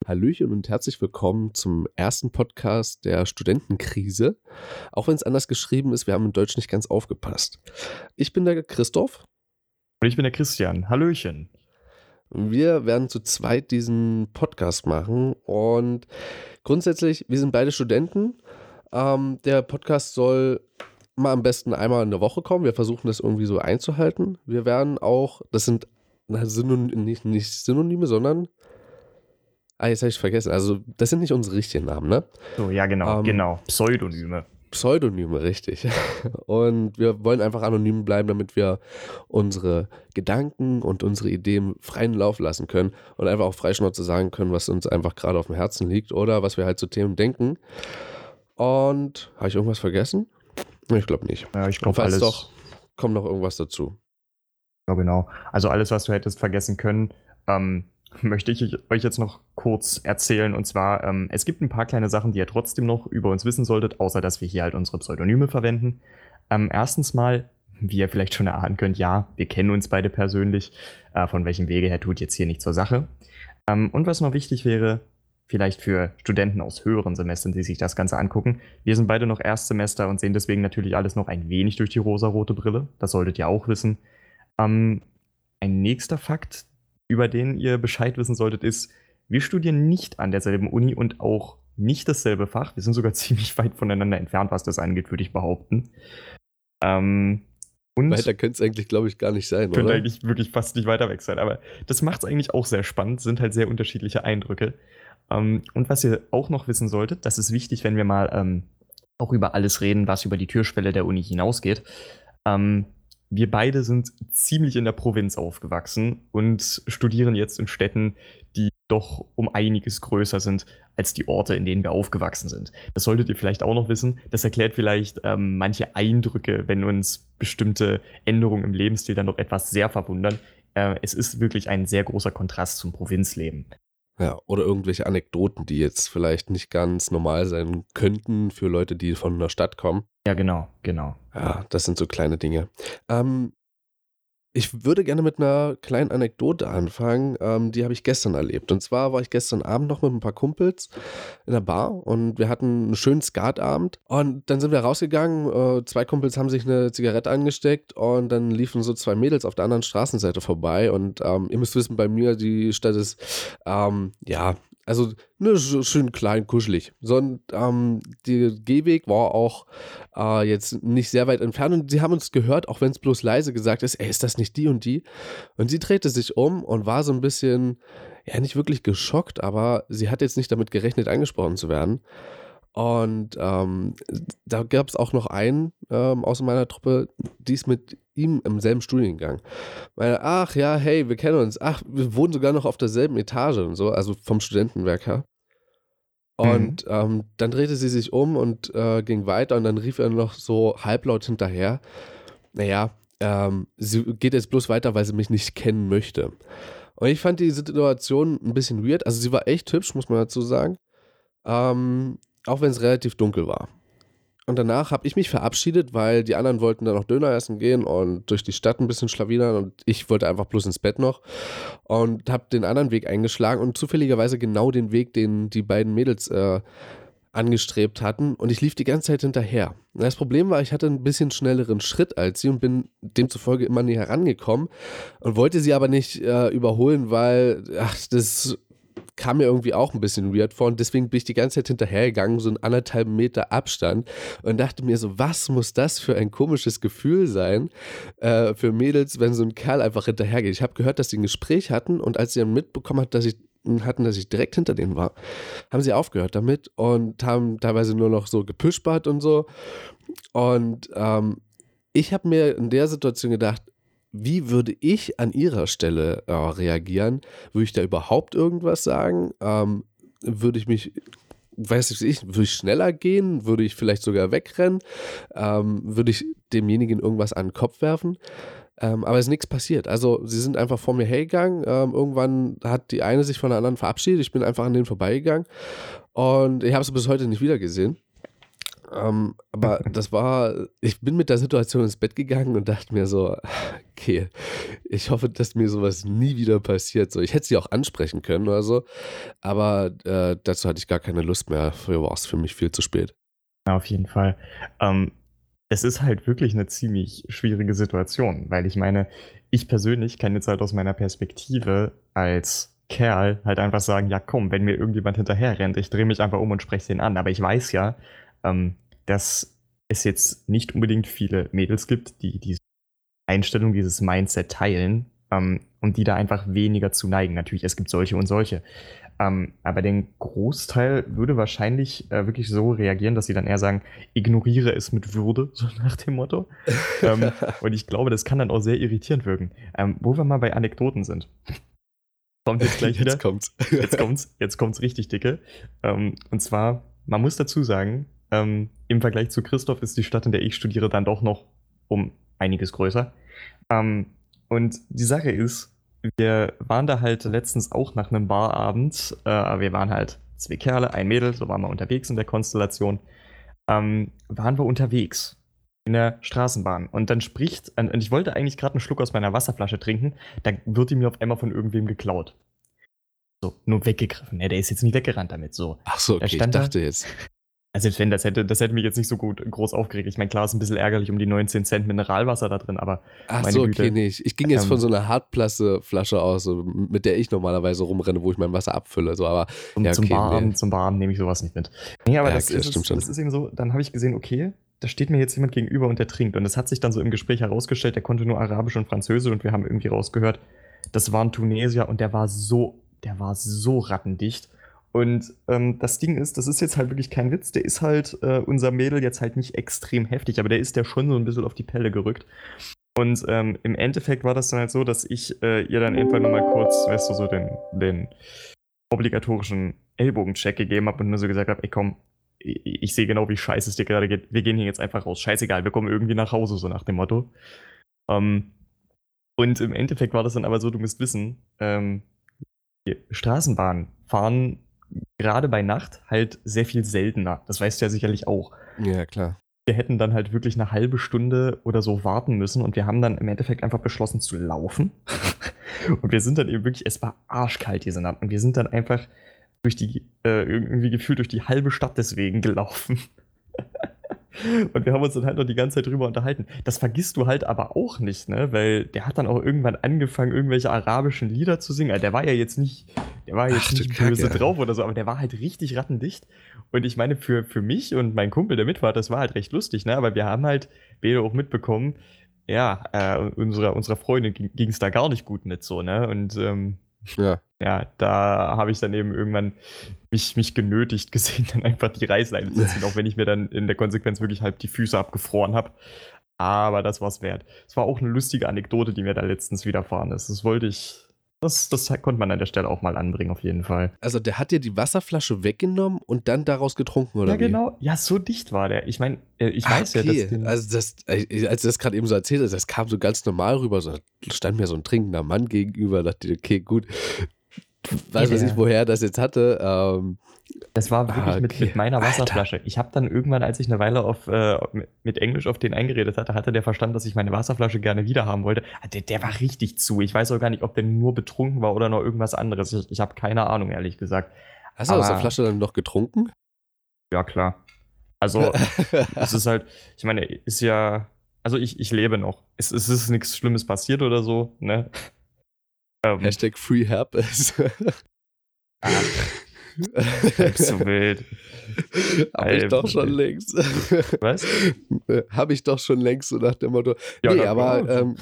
Hallöchen und herzlich willkommen zum ersten Podcast der Studentenkrise. Auch wenn es anders geschrieben ist, wir haben in Deutsch nicht ganz aufgepasst. Ich bin der Christoph. Und ich bin der Christian. Hallöchen. Wir werden zu zweit diesen Podcast machen und grundsätzlich, wir sind beide Studenten. Der Podcast soll mal am besten einmal in der Woche kommen. Wir versuchen das irgendwie so einzuhalten. Wir werden auch, das sind nicht Synonyme, sondern jetzt habe ich vergessen. Also, das sind nicht unsere richtigen Namen, ne? So, ja, genau. Pseudonyme. Pseudonyme, richtig. Und wir wollen einfach anonym bleiben, damit wir unsere Gedanken und unsere Ideen freien Lauf lassen können und einfach auch freischnauze sagen können, was uns einfach gerade auf dem Herzen liegt oder was wir halt zu Themen denken. Und habe ich irgendwas vergessen? Ich glaube nicht. Ja, ich glaube Falls alles. doch, kommt noch irgendwas dazu. Ja, genau. Also alles, was du hättest vergessen können, möchte ich euch jetzt noch kurz erzählen. Und zwar, es gibt ein paar kleine Sachen, die ihr trotzdem noch über uns wissen solltet, außer dass wir hier halt unsere Pseudonyme verwenden. Erstens mal, wie ihr vielleicht schon erahnen könnt, ja, wir kennen uns beide persönlich. Von welchem Wege her tut jetzt hier nicht zur Sache. Und was noch wichtig wäre, vielleicht für Studenten aus höheren Semestern, die sich das Ganze angucken, wir sind beide noch Erstsemester und sehen deswegen natürlich alles noch ein wenig durch die rosarote Brille. Das solltet ihr auch wissen. Ein nächster Fakt, über den ihr Bescheid wissen solltet, ist, wir studieren nicht an derselben Uni und auch nicht dasselbe Fach. Wir sind sogar ziemlich weit voneinander entfernt, was das angeht, würde ich behaupten. Und Weiter könnte es eigentlich, glaube ich, gar nicht sein, könnte oder? eigentlich wirklich fast nicht weiter weg sein. Aber das macht es eigentlich auch sehr spannend, sind halt sehr unterschiedliche Eindrücke. Und was ihr auch noch wissen solltet, das ist wichtig, wenn wir mal auch über alles reden, was über die Türschwelle der Uni hinausgeht. Wir beide sind ziemlich in der Provinz aufgewachsen und studieren jetzt in Städten, die doch um einiges größer sind als die Orte, in denen wir aufgewachsen sind. Das solltet ihr vielleicht auch noch wissen. Das erklärt vielleicht manche Eindrücke, wenn uns bestimmte Änderungen im Lebensstil dann doch etwas sehr verwundern. Es ist wirklich ein sehr großer Kontrast zum Provinzleben. Ja, oder irgendwelche Anekdoten, die jetzt vielleicht nicht ganz normal sein könnten für Leute, die von einer Stadt kommen. Ja, genau. Ja, das sind so kleine Dinge. Ich würde gerne mit einer kleinen Anekdote anfangen, die habe ich gestern erlebt. Und zwar war ich gestern Abend noch mit ein paar Kumpels in der Bar und wir hatten einen schönen Skatabend. Und dann sind wir rausgegangen, zwei Kumpels haben sich eine Zigarette angesteckt und dann liefen so zwei Mädels auf der anderen Straßenseite vorbei. Und ihr müsst wissen, bei mir, die Stadt ist, also schön klein, kuschelig. So, und der Gehweg war auch jetzt nicht sehr weit entfernt und sie haben uns gehört, auch wenn es bloß leise gesagt ist, ist das nicht die und die? Und sie drehte sich um und war so ein bisschen, ja, nicht wirklich geschockt, aber sie hat jetzt nicht damit gerechnet, angesprochen zu werden. Und da gab es auch noch einen aus meiner Truppe, die ist mit ihm im selben Studiengang. Meine, ach ja, hey, wir kennen uns. Ach, wir wohnen sogar noch auf derselben Etage und so, also vom Studentenwerk her. Und dann drehte sie sich um und ging weiter und dann rief er noch so halblaut hinterher, naja, sie geht jetzt bloß weiter, weil sie mich nicht kennen möchte. Und ich fand die Situation ein bisschen weird. Also sie war echt hübsch, muss man dazu sagen. Auch wenn es relativ dunkel war. Und danach habe ich mich verabschiedet, weil die anderen wollten dann noch Döner essen gehen und durch die Stadt ein bisschen schlawinern und ich wollte einfach bloß ins Bett noch und habe den anderen Weg eingeschlagen und zufälligerweise genau den Weg, den die beiden Mädels angestrebt hatten und ich lief die ganze Zeit hinterher. Und das Problem war, ich hatte ein bisschen schnelleren Schritt als sie und bin demzufolge immer näher rangekommen und wollte sie aber nicht überholen, weil das kam mir irgendwie auch ein bisschen weird vor und deswegen bin ich die ganze Zeit hinterhergegangen, so einen 1,5 Meter Abstand und dachte mir so, was muss das für ein komisches Gefühl sein für Mädels, wenn so ein Kerl einfach hinterhergeht. Ich habe gehört, dass sie ein Gespräch hatten und als sie dann mitbekommen dass ich direkt hinter denen war, haben sie aufgehört damit und haben teilweise nur noch so gepispert und so und ich habe mir in der Situation gedacht, wie würde ich an ihrer Stelle reagieren? Würde ich da überhaupt irgendwas sagen? Würde ich schneller gehen? Würde ich vielleicht sogar wegrennen? Würde ich demjenigen irgendwas an den Kopf werfen? Aber es ist nichts passiert. Also sie sind einfach vor mir hergegangen. Irgendwann hat die eine sich von der anderen verabschiedet. Ich bin einfach an denen vorbeigegangen und ich habe sie bis heute nicht wiedergesehen. Aber ich bin mit der Situation ins Bett gegangen und dachte mir so, okay, ich hoffe, dass mir sowas nie wieder passiert. So, ich hätte sie auch ansprechen können oder so, aber dazu hatte ich gar keine Lust mehr. Dafür war es für mich viel zu spät. Ja, auf jeden Fall. Es ist halt wirklich eine ziemlich schwierige Situation, weil ich meine, ich persönlich kann jetzt halt aus meiner Perspektive als Kerl halt einfach sagen, ja komm, wenn mir irgendjemand hinterher rennt, ich drehe mich einfach um und spreche den an. Aber ich weiß ja, dass es jetzt nicht unbedingt viele Mädels gibt, die diese Einstellung, dieses Mindset teilen, und die da einfach weniger zu neigen. Natürlich, es gibt solche und solche. Aber den Großteil würde wahrscheinlich wirklich so reagieren, dass sie dann eher sagen, ignoriere es mit Würde, so nach dem Motto. Und ich glaube, das kann dann auch sehr irritierend wirken. Wo wir mal bei Anekdoten sind. Kommt jetzt gleich wieder. Jetzt kommt's richtig dicke. Und zwar, man muss dazu sagen, im Vergleich zu Christoph ist die Stadt, in der ich studiere, dann doch noch um einiges größer. Und die Sache ist, wir waren da halt letztens auch nach einem Barabend. Wir waren halt 2 Kerle, ein Mädel, so waren wir unterwegs in der Konstellation. Waren wir unterwegs in der Straßenbahn. Und dann und ich wollte eigentlich gerade einen Schluck aus meiner Wasserflasche trinken, dann wird die mir auf einmal von irgendwem geklaut. So, nur weggegriffen. Der ist jetzt nicht weggerannt damit. So. Ach so, okay, ich dachte jetzt. Also selbst wenn, das hätte mich jetzt nicht so groß aufgeregt. Ich meine, klar, ist ein bisschen ärgerlich um die 19 Cent Mineralwasser da drin, aber ach so, okay, Güte, nee. Ich ging jetzt von so einer Hartplaste-Flasche aus, so, mit der ich normalerweise rumrenne, wo ich mein Wasser abfülle. So, aber ja, zum Barabend nehme ich sowas nicht mit. Nee, aber das ist eben so, dann habe ich gesehen, okay, da steht mir jetzt jemand gegenüber und der trinkt. Und das hat sich dann so im Gespräch herausgestellt, der konnte nur Arabisch und Französisch und wir haben irgendwie rausgehört, das war ein Tunesier und der war so rattendicht. Und das Ding ist, das ist jetzt halt wirklich kein Witz, der ist halt unser Mädel jetzt halt nicht extrem heftig, aber der ist ja schon so ein bisschen auf die Pelle gerückt. Und im Endeffekt war das dann halt so, dass ich ihr dann irgendwann nochmal kurz, weißt du, so den obligatorischen Ellbogencheck gegeben habe und nur so gesagt habe, ey komm, ich sehe genau, wie scheiße es dir gerade geht, wir gehen hier jetzt einfach raus, scheißegal, wir kommen irgendwie nach Hause, so nach dem Motto. Und im Endeffekt war das dann aber so, du musst wissen, die Straßenbahnen fahren gerade bei Nacht halt sehr viel seltener. Das weißt du ja sicherlich auch. Ja, klar. Wir hätten dann halt wirklich eine halbe Stunde oder so warten müssen und wir haben dann im Endeffekt einfach beschlossen zu laufen. Und wir sind dann eben wirklich, es war arschkalt diese Nacht und wir sind dann einfach irgendwie gefühlt durch die halbe Stadt deswegen gelaufen. Und wir haben uns dann halt noch die ganze Zeit drüber unterhalten. Das vergisst du halt aber auch nicht, ne? Weil der hat dann auch irgendwann angefangen, irgendwelche arabischen Lieder zu singen. Also der war jetzt nicht böse drauf oder so, aber der war halt richtig rattendicht. Und ich meine, für mich und mein Kumpel, der mit war, das war halt recht lustig, ne? Aber wir haben halt beide auch mitbekommen, ja, unserer Freundin ging es da gar nicht gut mit so, ne? Und ja, da habe ich dann eben irgendwann mich genötigt gesehen, dann einfach die Reißleine zu ziehen, auch wenn ich mir dann in der Konsequenz wirklich halb die Füße abgefroren habe. Aber das war's wert. Es war auch eine lustige Anekdote, die mir da letztens widerfahren ist. Das konnte man an der Stelle auch mal anbringen, auf jeden Fall. Also der hat dir die Wasserflasche weggenommen und dann daraus getrunken, oder wie? Ja, genau. Ja, so dicht war der. Ich meine, ich weiß ja, dass... Also als du das gerade eben so erzählt hast, das kam so ganz normal rüber. So, da stand mir so ein trinkender Mann gegenüber, dachte ich, okay, gut. Weiß ich, woher das jetzt hatte. Das war wirklich mit meiner Wasserflasche. Alter. Ich habe dann irgendwann, als ich eine Weile mit Englisch auf den eingeredet hatte der verstanden, dass ich meine Wasserflasche gerne wieder haben wollte. Der war richtig zu. Ich weiß auch gar nicht, ob der nur betrunken war oder noch irgendwas anderes. Ich habe keine Ahnung, ehrlich gesagt. Hast du aus der Flasche dann noch getrunken? Ja, klar. Also, es ist halt, ich meine, ist ja, also ich lebe noch. Es ist nichts Schlimmes passiert oder so, ne? Hashtag Free Herpes. So wild. Hab ich doch schon längst. Was? Hab ich doch schon längst, so nach dem Motto. Ja, nee, aber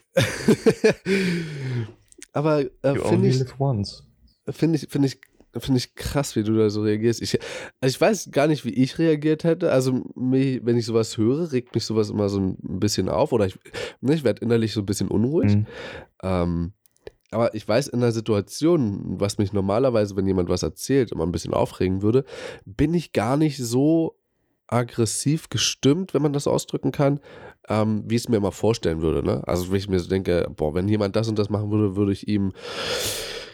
finde ich krass, wie du da so reagierst. Ich weiß gar nicht, wie ich reagiert hätte. Also, wenn ich sowas höre, regt mich sowas immer so ein bisschen auf. Oder ich werde innerlich so ein bisschen unruhig. Aber ich weiß, in einer Situation, was mich normalerweise, wenn jemand was erzählt, immer ein bisschen aufregen würde, bin ich gar nicht so aggressiv gestimmt, wenn man das ausdrücken kann, wie ich es mir immer vorstellen würde. Ne? Also wenn ich mir so denke, wenn jemand das und das machen würde, würde ich ihm,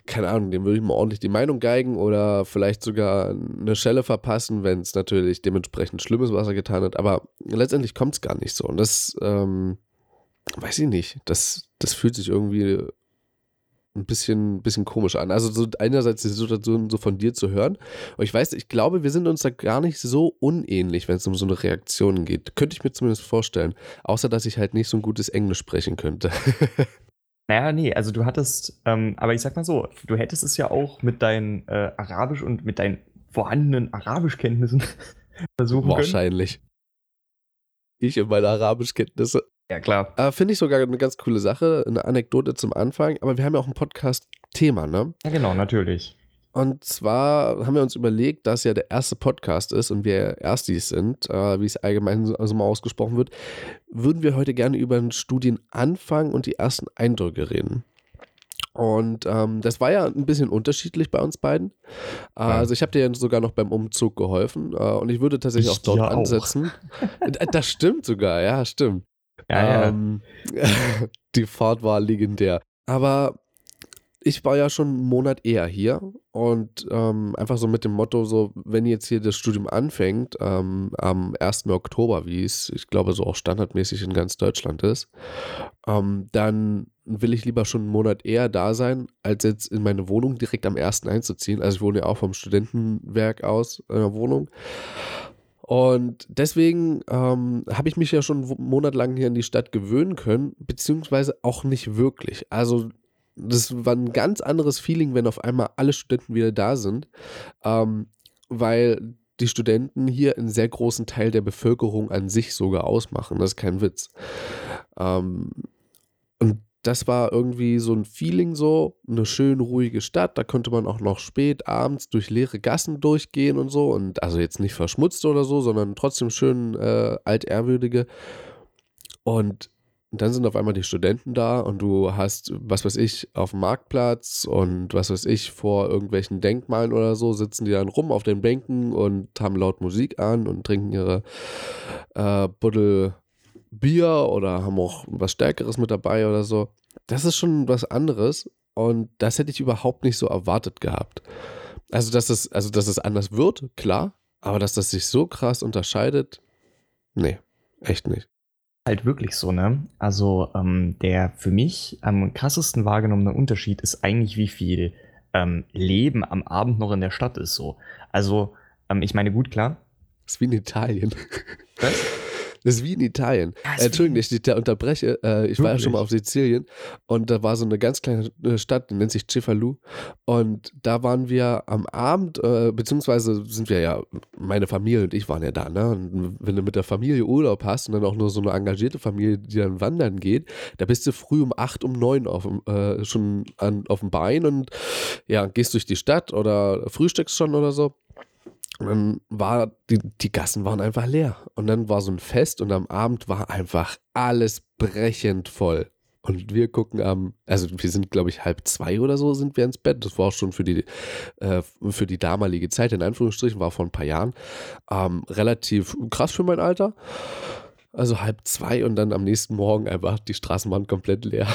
keine Ahnung, dem würde ich mal ordentlich die Meinung geigen oder vielleicht sogar eine Schelle verpassen, wenn es natürlich dementsprechend schlimm ist, was er getan hat. Aber letztendlich kommt es gar nicht so. Und das, weiß ich nicht, das fühlt sich irgendwie ein bisschen komisch an. Also so einerseits die Situation so von dir zu hören. Und ich glaube, wir sind uns da gar nicht so unähnlich, wenn es um so eine Reaktion geht. Könnte ich mir zumindest vorstellen. Außer, dass ich halt nicht so ein gutes Englisch sprechen könnte. Naja, nee, also du hattest, aber ich sag mal so, du hättest es ja auch mit deinen Arabisch und mit deinen vorhandenen Arabischkenntnissen versuchen können. Wahrscheinlich. Ich und meine Arabischkenntnisse. Ja, klar. Finde ich sogar eine ganz coole Sache, eine Anekdote zum Anfang, aber wir haben ja auch ein Podcast-Thema, ne? Ja, genau, natürlich. Und zwar haben wir uns überlegt, dass ja der erste Podcast ist und wir Erstis sind, wie es allgemein so mal ausgesprochen wird, würden wir heute gerne über den Studienanfang und die ersten Eindrücke reden. Und das war ja ein bisschen unterschiedlich bei uns beiden. Also ich habe dir ja sogar noch beim Umzug geholfen und ich würde tatsächlich auch dort ansetzen. Das stimmt sogar, ja, stimmt. Ja. Die Fahrt war legendär. Aber ich war ja schon einen Monat eher hier und einfach so mit dem Motto, so wenn jetzt hier das Studium anfängt, am 1. Oktober, wie es, ich glaube, so auch standardmäßig in ganz Deutschland ist, dann will ich lieber schon einen Monat eher da sein, als jetzt in meine Wohnung direkt am 1. einzuziehen. Also ich wohne ja auch vom Studentenwerk aus in der Wohnung. Und deswegen habe ich mich ja schon monatelang hier in die Stadt gewöhnen können, beziehungsweise auch nicht wirklich. Also das war ein ganz anderes Feeling, wenn auf einmal alle Studenten wieder da sind, weil die Studenten hier einen sehr großen Teil der Bevölkerung an sich sogar ausmachen. Das ist kein Witz. Und das war irgendwie so ein Feeling so, eine schön ruhige Stadt, da konnte man auch noch spät abends durch leere Gassen durchgehen und so und also jetzt nicht verschmutzt oder so, sondern trotzdem schön altehrwürdige und dann sind auf einmal die Studenten da und du hast, was weiß ich, auf dem Marktplatz und was weiß ich, vor irgendwelchen Denkmalen oder so, sitzen die dann rum auf den Bänken und haben laut Musik an und trinken ihre Buddel Bier oder haben auch was Stärkeres mit dabei oder so. Das ist schon was anderes und das hätte ich überhaupt nicht so erwartet gehabt. Also, dass es anders wird, klar, aber dass das sich so krass unterscheidet, nee, echt nicht. Halt wirklich so, ne? Also der für mich am krassesten wahrgenommene Unterschied ist eigentlich, wie viel Leben am Abend noch in der Stadt ist so. Also ich meine, gut, klar. Das ist wie in Italien. Was? Das ist wie in Italien. Entschuldigung, dass ich dich da unterbreche. Ich war ja schon mal auf Sizilien und da war so eine ganz kleine Stadt, die nennt sich Cefalù. Und da waren wir am Abend, beziehungsweise sind wir ja, meine Familie und ich waren ja da, ne? Und wenn du mit der Familie Urlaub hast und dann auch nur so eine engagierte Familie, die dann wandern geht, da bist du früh um 8, um 9 schon auf dem Bein und ja, gehst durch die Stadt oder frühstückst schon oder so. Und dann war die Gassen waren einfach leer. Und dann war so ein Fest und am Abend war einfach alles brechend voll. Und wir gucken also wir sind, glaube ich, 1:30 oder so sind wir ins Bett. Das war auch schon für die damalige Zeit, in Anführungsstrichen, war vor ein paar Jahren. Relativ krass für mein Alter. Also 1:30 und dann am nächsten Morgen einfach die Straßen waren komplett leer.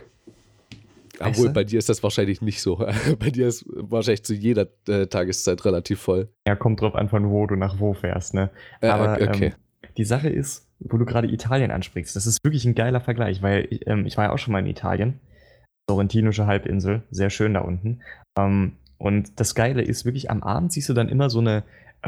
Obwohl, bei dir ist das wahrscheinlich nicht so. Bei dir ist wahrscheinlich zu jeder Tageszeit relativ voll. Ja, kommt drauf an, von wo du nach wo fährst, ne? Aber okay. Die Sache ist, wo du gerade Italien ansprichst, das ist wirklich ein geiler Vergleich, weil ich war ja auch schon mal in Italien. Sorrentinische Halbinsel, sehr schön da unten. Und das Geile ist wirklich, am Abend siehst du dann immer so eine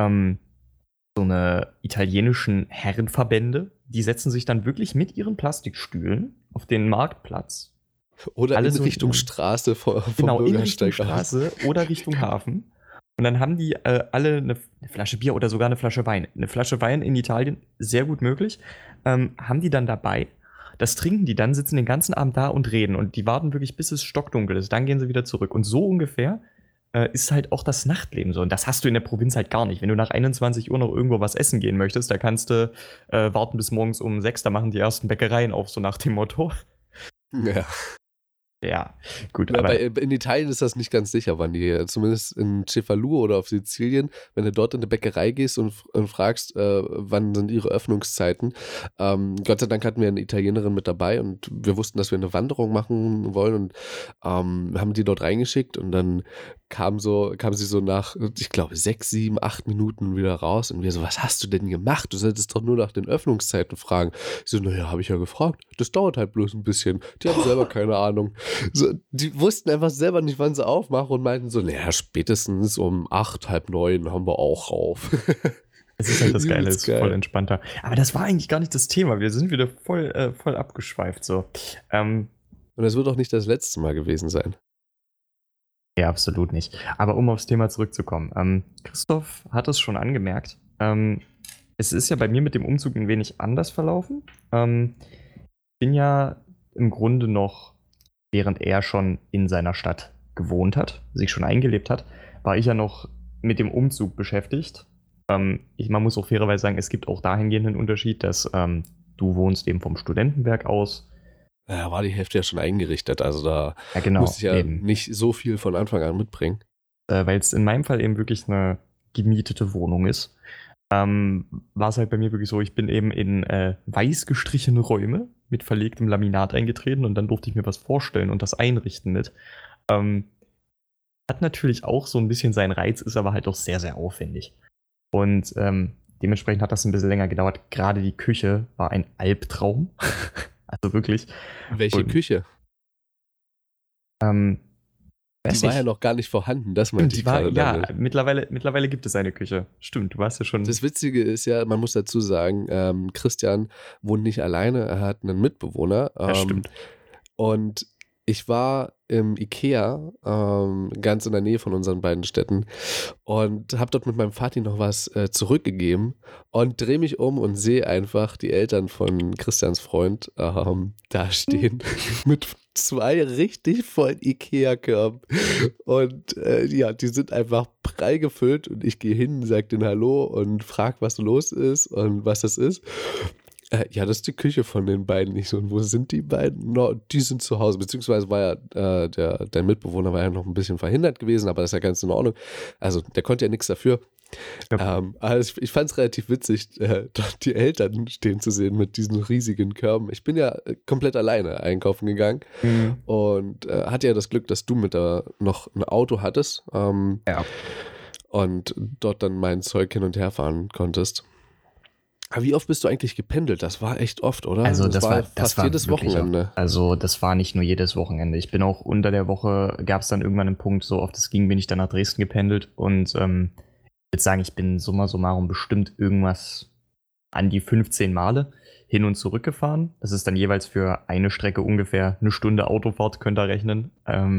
italienischen Herrenverbände, die setzen sich dann wirklich mit ihren Plastikstühlen auf den Marktplatz. Oder in Richtung Straße vom Bürgersteig. Genau, in Richtung Straße oder Richtung Hafen. Und dann haben die alle eine Flasche Bier oder sogar eine Flasche Wein. Eine Flasche Wein in Italien, sehr gut möglich. Haben die dann dabei. Das trinken die dann, sitzen den ganzen Abend da und reden. Und die warten wirklich, bis es stockdunkel ist. Dann gehen sie wieder zurück. Und so ungefähr ist halt auch das Nachtleben so. Und das hast du in der Provinz halt gar nicht. Wenn du nach 21 Uhr noch irgendwo was essen gehen möchtest, da kannst du warten bis morgens um 6. Da machen die ersten Bäckereien auf, so nach dem Motto. Ja. Ja, gut, Ja, aber in Italien ist das nicht ganz sicher, wann die, zumindest in Cefalù oder auf Sizilien, wenn du dort in eine Bäckerei gehst und fragst, wann sind ihre Öffnungszeiten. Gott sei Dank hatten wir eine Italienerin mit dabei und wir wussten, dass wir eine Wanderung machen wollen und haben die dort reingeschickt und dann kam sie so nach, ich glaube, 6, 7, 8 Minuten wieder raus und wir so, was hast du denn gemacht? Du solltest doch nur nach den Öffnungszeiten fragen. Ich so, naja, habe ich ja gefragt. Das dauert halt bloß ein bisschen. Die haben selber keine Ahnung. So, die wussten einfach selber nicht, wann sie aufmachen und meinten so, naja, spätestens um 8, halb 9 haben wir auch auf. es ist halt das Geile, Übelst ist geil. voll entspannter. Aber das war eigentlich gar nicht das Thema. Wir sind wieder voll abgeschweift so. Und das wird auch nicht das letzte Mal gewesen sein. Ja, absolut nicht. Aber um aufs Thema zurückzukommen. Christoph hat es schon angemerkt. Es ist ja bei mir mit dem Umzug ein wenig anders verlaufen. Ich bin ja im Grunde noch, während er schon in seiner Stadt gewohnt hat, sich schon eingelebt hat, war ich ja noch mit dem Umzug beschäftigt. Man muss auch fairerweise sagen, es gibt auch dahingehend einen Unterschied, dass du wohnst eben vom Studentenwerk aus. Da war die Hälfte ja schon eingerichtet, also da Ja, genau, musste ich ja eben. nicht so viel von Anfang an mitbringen. Weil es in meinem Fall eben wirklich eine gemietete Wohnung ist, war es halt bei mir wirklich so, ich bin eben in weiß gestrichene Räume mit verlegtem Laminat eingetreten und dann durfte ich mir was vorstellen und das einrichten mit. Hat natürlich auch so ein bisschen seinen Reiz, ist aber halt auch sehr, sehr aufwendig. Und dementsprechend hat das ein bisschen länger gedauert. Gerade die Küche war ein Albtraum. Also wirklich. Welche Und, Küche? Die war ja noch gar nicht vorhanden, das meinte ich gerade ja, damit. mittlerweile gibt es eine Küche. Stimmt, du warst ja schon. Das Witzige ist ja, man muss dazu sagen, Christian wohnt nicht alleine, er hat einen Mitbewohner. Ja, stimmt. Und ich war im Ikea, ganz in der Nähe von unseren beiden Städten und habe dort mit meinem Vati noch was zurückgegeben und drehe mich um und sehe einfach die Eltern von Christians Freund da stehen mit 2 richtig vollen Ikea-Körben und ja, die sind einfach prall gefüllt und ich gehe hin, sage denen Hallo und frage, was los ist und was das ist. Ja, das ist die Küche von den beiden. Ich so, und wo sind die beiden? No, die sind zu Hause. Beziehungsweise war ja, dein Mitbewohner war ja noch ein bisschen verhindert gewesen, aber das ist ja ganz in Ordnung. Also, der konnte ja nichts dafür. Ja. Also ich fand es relativ witzig, dort die Eltern stehen zu sehen mit diesen riesigen Körben. Ich bin ja komplett alleine einkaufen gegangen und hatte ja das Glück, dass du mit da noch ein Auto hattest Ja. und dort dann mein Zeug hin und her fahren konntest. Aber wie oft bist du eigentlich gependelt? Das war echt oft, oder? Also das war fast jedes wirklich Wochenende. Oft. Also das war nicht nur jedes Wochenende. Ich bin auch unter der Woche, gab es dann irgendwann einen Punkt, so oft es ging, bin ich dann nach Dresden gependelt. Und ich würde sagen, ich bin summa summarum bestimmt irgendwas an die 15 Male hin und zurück gefahren. Das ist dann jeweils für eine Strecke ungefähr 1 Stunde Autofahrt, könnt ihr rechnen.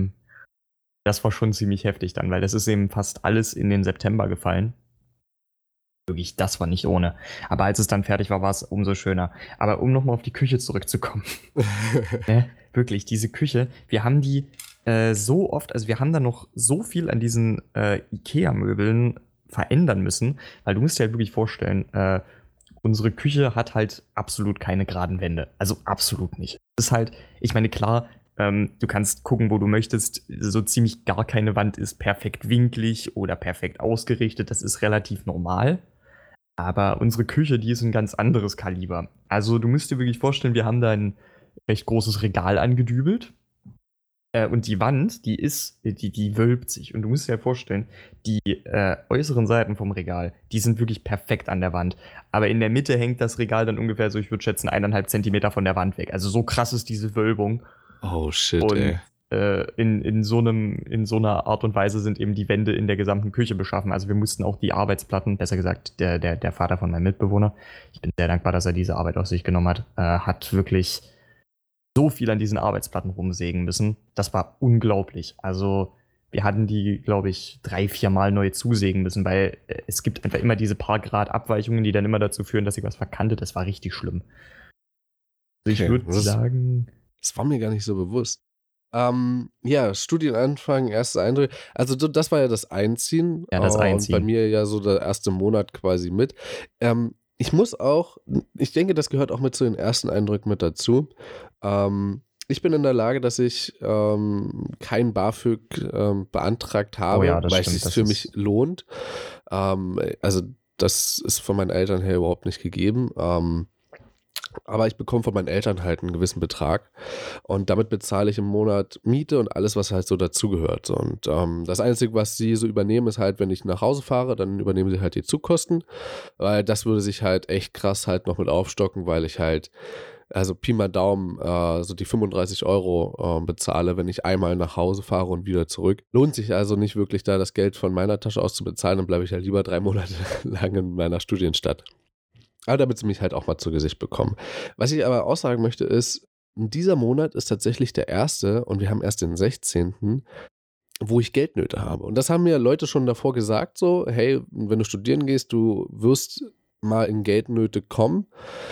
Das war schon ziemlich heftig dann, weil das ist eben fast alles in den September gefallen. Wirklich, das war nicht ohne. Aber als es dann fertig war, war es umso schöner. Aber um nochmal auf die Küche zurückzukommen. Wirklich, diese Küche, wir haben die so oft, also wir haben da noch so viel an diesen Ikea-Möbeln verändern müssen, weil du musst dir halt wirklich vorstellen, unsere Küche hat halt absolut keine geraden Wände. Also absolut nicht. Es ist halt, ich meine, klar, du kannst gucken, wo du möchtest. So ziemlich gar keine Wand ist perfekt winklig oder perfekt ausgerichtet. Das ist relativ normal. Aber unsere Küche, die ist ein ganz anderes Kaliber. Also du musst dir wirklich vorstellen, wir haben da ein recht großes Regal angedübelt. Und die Wand, die wölbt sich. Und du musst dir halt vorstellen, die äußeren Seiten vom Regal, die sind wirklich perfekt an der Wand. Aber in der Mitte hängt das Regal dann ungefähr so, ich würde schätzen, 1,5 Zentimeter von der Wand weg. Also so krass ist diese Wölbung. Oh shit, und ey. In so einer Art und Weise sind eben die Wände in der gesamten Küche beschaffen. Also wir mussten auch die Arbeitsplatten, besser gesagt der Vater von meinem Mitbewohner, ich bin sehr dankbar, dass er diese Arbeit auf sich genommen hat, hat wirklich so viel an diesen Arbeitsplatten rumsägen müssen. Das war unglaublich. Also wir hatten die, glaube ich, 3-4 Mal neu zusägen müssen, weil es gibt einfach immer diese paar Grad Abweichungen, die dann immer dazu führen, dass sich was verkantet. Das war richtig schlimm. Also ich würde sagen... Das war mir gar nicht so bewusst. Ja, Studienanfang, erste Eindrücke. Also das war ja das Einziehen. Ja, das Einziehen. Und bei mir ja so der erste Monat quasi mit. Ich muss auch, ich denke, das gehört auch mit zu den ersten Eindrücken mit dazu. Ich bin in der Lage, dass ich kein BAföG beantragt habe, ja, das weil stimmt, es sich das für ist- mich lohnt. Also das ist von meinen Eltern her überhaupt nicht gegeben. Aber ich bekomme von meinen Eltern halt einen gewissen Betrag und damit bezahle ich im Monat Miete und alles, was halt so dazugehört. So. Und das Einzige, was sie so übernehmen, ist halt, wenn ich nach Hause fahre, dann übernehmen sie halt die Zugkosten, weil das würde sich halt echt krass halt noch mit aufstocken, weil ich halt, also Pi mal Daumen, so die 35 Euro bezahle, wenn ich einmal nach Hause fahre und wieder zurück. Lohnt sich also nicht wirklich da das Geld von meiner Tasche aus zu bezahlen, dann bleibe ich halt lieber 3 Monate lang in meiner Studienstadt. Aber damit sie mich halt auch mal zu Gesicht bekommen. Was ich aber auch sagen möchte ist, dieser Monat ist tatsächlich der erste und wir haben erst den 16., wo ich Geldnöte habe. Und das haben mir Leute schon davor gesagt, so, hey, wenn du studieren gehst, du wirst mal in Geldnöte kommen.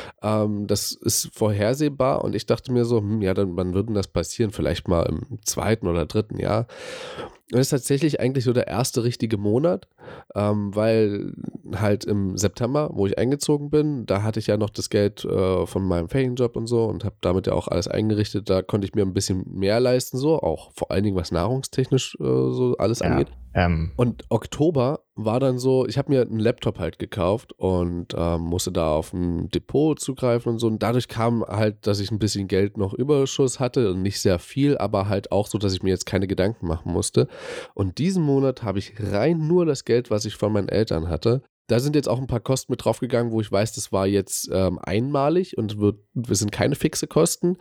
Das ist vorhersehbar und ich dachte mir so, ja, dann wann wird denn das passieren? Vielleicht mal im 2. oder 3. Jahr. Und das ist tatsächlich eigentlich so der erste richtige Monat, weil halt im September, wo ich eingezogen bin, da hatte ich ja noch das Geld von meinem Ferienjob und so und habe damit ja auch alles eingerichtet. Da konnte ich mir ein bisschen mehr leisten, so, auch vor allen Dingen was nahrungstechnisch so alles angeht. Und Oktober war dann so, ich habe mir einen Laptop halt gekauft und musste da auf ein Depot zugreifen und so. Und dadurch kam halt, dass ich ein bisschen Geld noch Überschuss hatte und nicht sehr viel, aber halt auch so, dass ich mir jetzt keine Gedanken machen musste. Und diesen Monat habe ich rein nur das Geld, was ich von meinen Eltern hatte. Da sind jetzt auch ein paar Kosten mit draufgegangen, wo ich weiß, das war jetzt einmalig und wir sind keine fixe Kosten.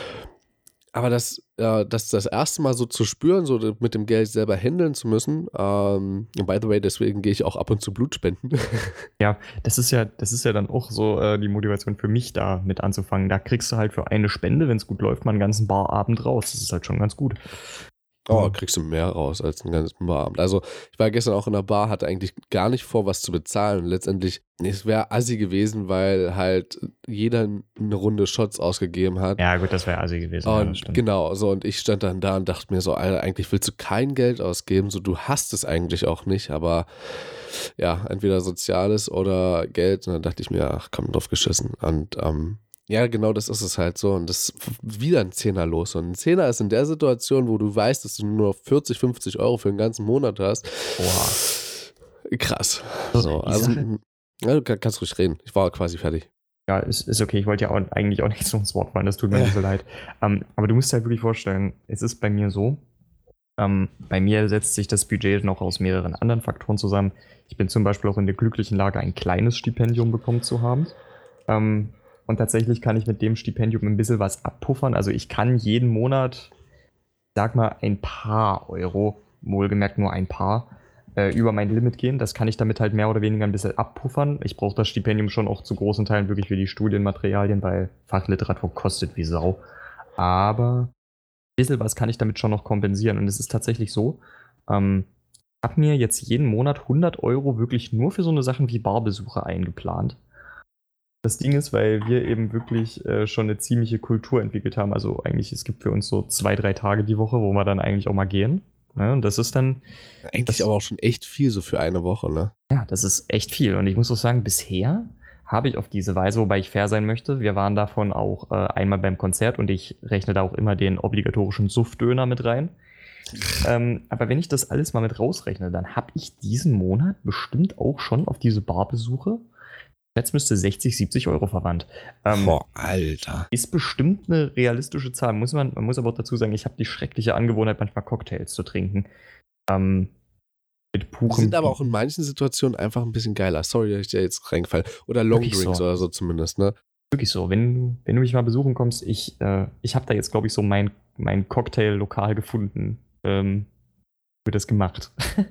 Aber das erste Mal so zu spüren, so mit dem Geld selber handeln zu müssen, by the way, deswegen gehe ich auch ab und zu Blut spenden. Ja, das ist ja dann auch so die Motivation für mich, da mit anzufangen. Da kriegst du halt für eine Spende, wenn es gut läuft, mal einen ganzen Barabend raus. Das ist halt schon ganz gut. Oh, kriegst du mehr raus als einen ganzen Barabend. Also, ich war gestern auch in der Bar, hatte eigentlich gar nicht vor, was zu bezahlen. Und letztendlich, es wäre assi gewesen, weil halt jeder eine Runde Shots ausgegeben hat. Ja, gut, das wäre assi gewesen. Ja, das Und stimmt. genau, so, und ich stand dann da und dachte mir so, Alter, eigentlich willst du kein Geld ausgeben, so, du hast es eigentlich auch nicht, aber ja, entweder Soziales oder Geld. Und dann dachte ich mir, ach komm, drauf geschissen. Und ja, genau, das ist es halt so. Und das ist wieder ein Zehner los. Und ein Zehner ist in der Situation, wo du weißt, dass du nur 40, 50 Euro für den ganzen Monat hast. Boah. Krass. So, also, ja, du kannst ruhig reden. Ich war quasi fertig. Ja, ist okay. Ich wollte ja eigentlich auch nicht so ins Wort fallen. Das tut mir nicht so leid. Aber du musst dir halt wirklich vorstellen, es ist bei mir so, bei mir setzt sich das Budget noch aus mehreren anderen Faktoren zusammen. Ich bin zum Beispiel auch in der glücklichen Lage, ein kleines Stipendium bekommen zu haben. Und tatsächlich kann ich mit dem Stipendium ein bisschen was abpuffern. Also ich kann jeden Monat, sag mal, ein paar Euro, wohlgemerkt nur ein paar, über mein Limit gehen. Das kann ich damit halt mehr oder weniger ein bisschen abpuffern. Ich brauche das Stipendium schon auch zu großen Teilen wirklich für die Studienmaterialien, weil Fachliteratur kostet wie Sau. Aber ein bisschen was kann ich damit schon noch kompensieren. Und es ist tatsächlich so, ich habe mir jetzt jeden Monat 100 Euro wirklich nur für so eine Sachen wie Barbesuche eingeplant. Das Ding ist, weil wir eben wirklich schon eine ziemliche Kultur entwickelt haben. Also eigentlich, es gibt für uns so 2, 3 Tage die Woche, wo wir dann eigentlich auch mal gehen. Ne? Und das ist dann... Eigentlich aber auch schon echt viel so für eine Woche, ne? Ja, das ist echt viel. Und ich muss auch sagen, bisher habe ich auf diese Weise, wobei ich fair sein möchte, wir waren davon auch einmal beim Konzert und ich rechne da auch immer den obligatorischen Suff-Döner mit rein. Aber wenn ich das alles mal mit rausrechne, dann habe ich diesen Monat bestimmt auch schon auf diese Barbesuche, jetzt müsste 60, 70 Euro verwandt. Boah, Alter. Ist bestimmt eine realistische Zahl. Man muss aber auch dazu sagen, ich habe die schreckliche Angewohnheit, manchmal Cocktails zu trinken. Mit Die purem... sind aber auch in manchen Situationen einfach ein bisschen geiler. Sorry, dass ich da jetzt reingefallen. Oder Longdrinks so. oder so zumindest, ne? Wirklich so. Wenn du mich mal besuchen kommst, ich habe da jetzt, glaube ich, so mein Cocktail-Lokal gefunden. Wird das gemacht.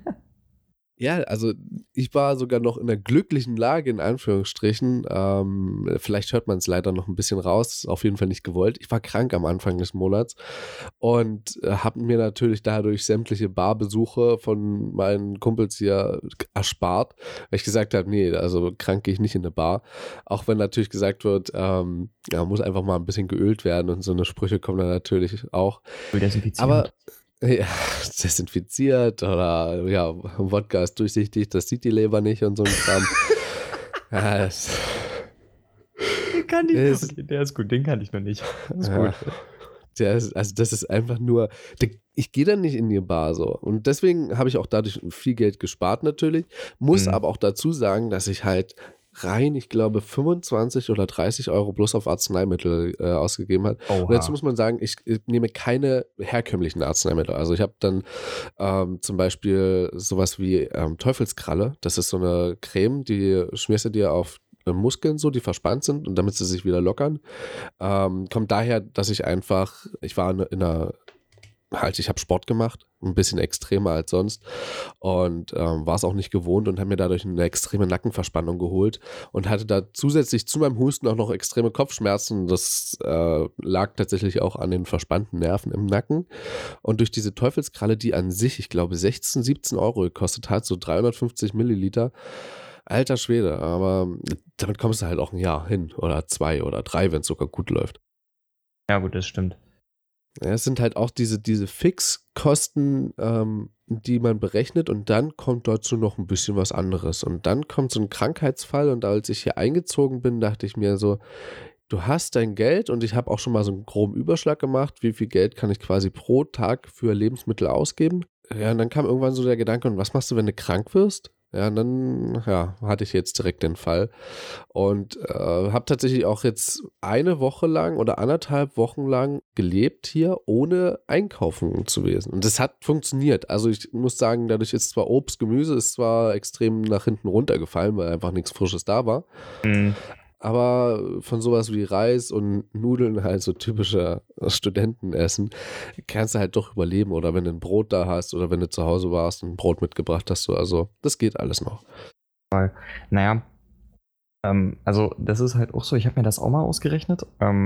Ja, also ich war sogar noch in einer glücklichen Lage, in Anführungsstrichen. Vielleicht hört man es leider noch ein bisschen raus, ist auf jeden Fall nicht gewollt. Ich war krank am Anfang des Monats und habe mir natürlich dadurch sämtliche Barbesuche von meinen Kumpels hier erspart, weil ich gesagt habe, nee, also krank gehe ich nicht in eine Bar. Auch wenn natürlich gesagt wird, muss einfach mal ein bisschen geölt werden und so eine Sprüche kommen dann natürlich auch. Aber ja, desinfiziert oder ja, Wodka ist durchsichtig, das sieht die Leber nicht und so ein Kram. Ja, der ist gut, den kann ich noch nicht. Das ist ja. gut. Also das ist einfach nur, ich gehe dann nicht in die Bar so. Und deswegen habe ich auch dadurch viel Geld gespart natürlich. Muss aber auch dazu sagen, dass ich halt rein, ich glaube, 25 oder 30 Euro bloß auf Arzneimittel ausgegeben habe. Und dazu muss man sagen, ich nehme keine herkömmlichen Arzneimittel. Also ich habe dann zum Beispiel sowas wie Teufelskralle. Das ist so eine Creme, die schmierst du dir auf Muskeln so, die verspannt sind und damit sie sich wieder lockern. Kommt daher, dass ich war ich habe Sport gemacht, ein bisschen extremer als sonst und war es auch nicht gewohnt und habe mir dadurch eine extreme Nackenverspannung geholt und hatte da zusätzlich zu meinem Husten auch noch extreme Kopfschmerzen. Das lag tatsächlich auch an den verspannten Nerven im Nacken und durch diese Teufelskralle, die an sich, ich glaube 16, 17 Euro gekostet hat, so 350 Milliliter, alter Schwede, aber damit kommst du halt auch ein Jahr hin oder 2 oder 3, wenn es sogar gut läuft. Ja gut, das stimmt. Ja, es sind halt auch diese Fixkosten, die man berechnet und dann kommt dazu noch ein bisschen was anderes. Und dann kommt so ein Krankheitsfall und als ich hier eingezogen bin, dachte ich mir so, du hast dein Geld und ich habe auch schon mal so einen groben Überschlag gemacht, wie viel Geld kann ich quasi pro Tag für Lebensmittel ausgeben. Ja, und dann kam irgendwann so der Gedanke, und was machst du, wenn du krank wirst? Ja, und dann hatte ich jetzt direkt den Fall und habe tatsächlich auch jetzt eine Woche lang oder 1,5 Wochen lang gelebt hier, ohne einkaufen zu gewesen. Und das hat funktioniert. Also ich muss sagen, dadurch ist zwar Obst, Gemüse ist zwar extrem nach hinten runtergefallen, weil einfach nichts Frisches da war. Aber von sowas wie Reis und Nudeln, halt so typischer Studentenessen, kannst du halt doch überleben. Oder wenn du ein Brot da hast oder wenn du zu Hause warst und ein Brot mitgebracht hast. Also das geht alles noch. Naja, also das ist halt auch so, ich habe mir das auch mal ausgerechnet.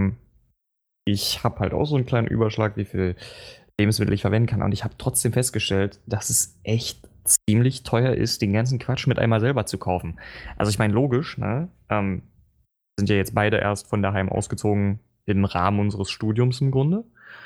Ich habe halt auch so einen kleinen Überschlag, wie viel Lebensmittel ich verwenden kann. Und ich habe trotzdem festgestellt, dass es echt ziemlich teuer ist, den ganzen Quatsch mit einmal selber zu kaufen. Also ich meine, logisch, ne? Sind ja jetzt beide erst von daheim ausgezogen im Rahmen unseres Studiums im Grunde.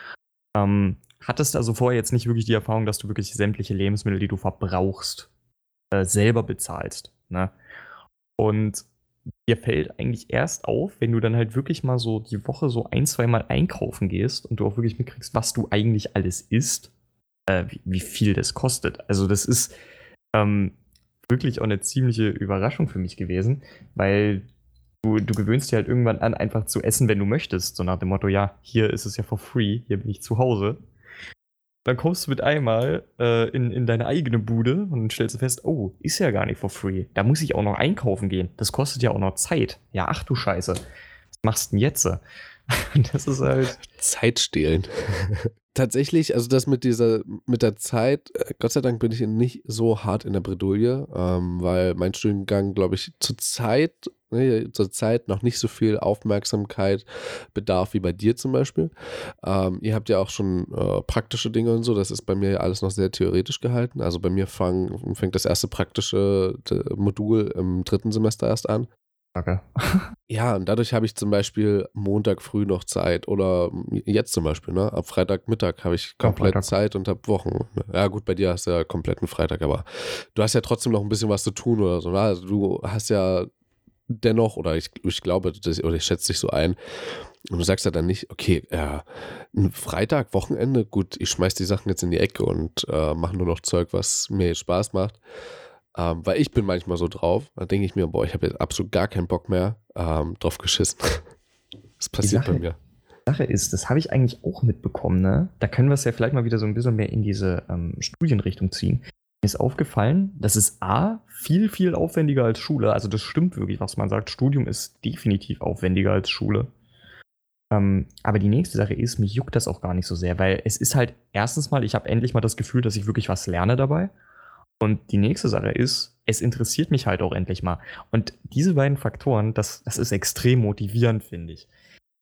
Hattest also vorher jetzt nicht wirklich die Erfahrung, dass du wirklich sämtliche Lebensmittel, die du verbrauchst, selber bezahlst. Ne? Und dir fällt eigentlich erst auf, wenn du dann halt wirklich mal so die Woche so 1-2 Mal einkaufen gehst und du auch wirklich mitkriegst, was du eigentlich alles isst, wie viel das kostet. Also das ist wirklich auch eine ziemliche Überraschung für mich gewesen, weil du gewöhnst dir halt irgendwann an, einfach zu essen, wenn du möchtest. So nach dem Motto, ja, hier ist es ja for free, hier bin ich zu Hause. Dann kommst du mit einmal in deine eigene Bude und dann stellst du fest, oh, ist ja gar nicht for free. Da muss ich auch noch einkaufen gehen. Das kostet ja auch noch Zeit. Ja, ach du Scheiße. Was machst du denn jetzt? Das ist halt Zeit stehlen. Tatsächlich, also das mit der Zeit, Gott sei Dank bin ich nicht so hart in der Bredouille, weil mein Studiengang, glaube ich, zurzeit noch nicht so viel Aufmerksamkeit bedarf wie bei dir zum Beispiel. Ihr habt ja auch schon praktische Dinge und so, das ist bei mir alles noch sehr theoretisch gehalten. Also bei mir fängt das erste praktische Modul im 3. Semester erst an. Okay. Ja, und dadurch habe ich zum Beispiel Montag früh noch Zeit oder jetzt zum Beispiel, ne? Ab Freitagmittag habe ich komplett Zeit und habe Wochen. Ja gut, bei dir hast du ja kompletten Freitag, aber du hast ja trotzdem noch ein bisschen was zu tun oder so. Ne? Also du hast ja dennoch, oder ich glaube, oder ich schätze dich so ein, und du sagst ja dann nicht, okay, ein Freitag, Wochenende, gut, ich schmeiß die Sachen jetzt in die Ecke und mache nur noch Zeug, was mir jetzt Spaß macht. Weil ich bin manchmal so drauf, da denke ich mir, boah, ich habe jetzt absolut gar keinen Bock mehr, drauf geschissen. Das passiert bei mir. Die Sache ist, das habe ich eigentlich auch mitbekommen, ne? Da können wir es ja vielleicht mal wieder so ein bisschen mehr in diese Studienrichtung ziehen. Mir ist aufgefallen, das ist viel, viel aufwendiger als Schule. Also das stimmt wirklich, was man sagt. Studium ist definitiv aufwendiger als Schule. Aber die nächste Sache ist, mich juckt das auch gar nicht so sehr, weil es ist halt erstens mal, ich habe endlich mal das Gefühl, dass ich wirklich was lerne dabei. Und die nächste Sache ist, es interessiert mich halt auch endlich mal. Und diese beiden Faktoren, das ist extrem motivierend, finde ich.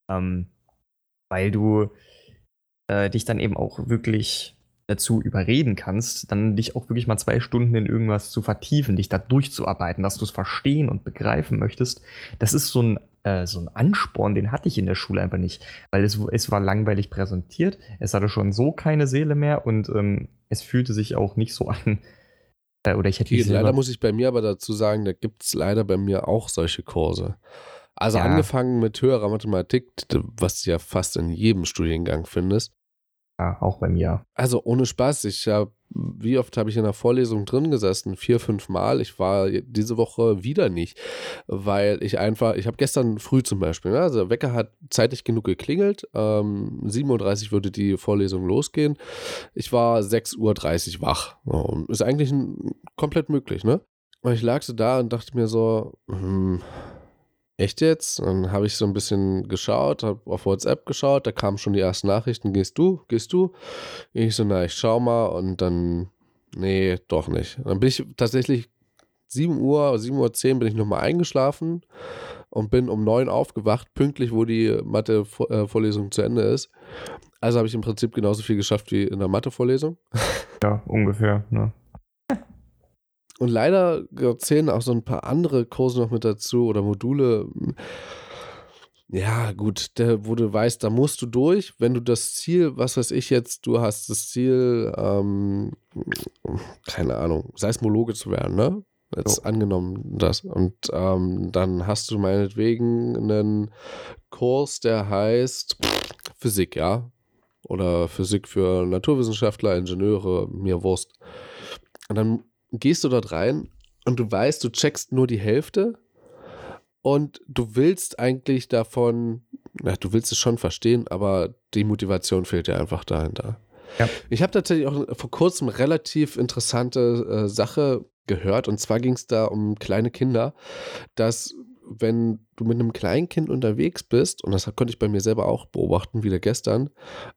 Weil du dich dann eben auch wirklich dazu überreden kannst, dann dich auch wirklich mal 2 Stunden in irgendwas zu vertiefen, dich da durchzuarbeiten, dass du es verstehen und begreifen möchtest. Das ist so ein Ansporn, den hatte ich in der Schule einfach nicht. Weil es war langweilig präsentiert, es hatte schon so keine Seele mehr und es fühlte sich auch nicht so an. Oder ich hätte leider muss ich bei mir aber dazu sagen, da gibt es leider bei mir auch solche Kurse. Also Ja, angefangen mit höherer Mathematik, was du ja fast in jedem Studiengang findest. ja, auch bei mir. Also ohne Spaß, wie oft habe ich in einer Vorlesung drin gesessen? 4, 5 Mal. Ich war diese Woche wieder nicht, weil ich habe gestern früh zum Beispiel, ne, also der Wecker hat zeitig genug geklingelt, 7:30 Uhr würde die Vorlesung losgehen. Ich war 6:30 Uhr wach. Ist eigentlich komplett möglich, ne? Und ich lag so da und dachte mir so, echt jetzt? Dann habe ich so ein bisschen geschaut, habe auf WhatsApp geschaut, da kamen schon die ersten Nachrichten, gehst du, gehst du? Ich so, na, ich schau mal und dann, nee, doch nicht. Dann bin ich tatsächlich 7:10 Uhr bin ich nochmal eingeschlafen und bin um 9 aufgewacht, pünktlich, wo die Mathe-Vorlesung zu Ende ist. Also habe ich im Prinzip genauso viel geschafft wie in der Mathe-Vorlesung. Ja, ungefähr. Ne? Und leider zählen auch so ein paar andere Kurse noch mit dazu oder Module. Ja, gut, wo du weißt, da musst du durch, wenn du das Ziel, was weiß ich jetzt, du hast das Ziel, keine Ahnung, Seismologe zu werden, ne? Jetzt So. angenommen das. Und dann hast du meinetwegen einen Kurs, der heißt Physik, ja? Oder Physik für Naturwissenschaftler, Ingenieure, mir Wurst. Und dann gehst du dort rein und du weißt, du checkst nur die Hälfte und du willst eigentlich davon, na, du willst es schon verstehen, aber die Motivation fehlt dir einfach dahinter. Ja. Ich habe tatsächlich auch vor kurzem relativ interessante Sache gehört, und zwar ging es da um kleine Kinder, dass wenn du mit einem kleinen Kind unterwegs bist, und das konnte ich bei mir selber auch beobachten, wieder gestern,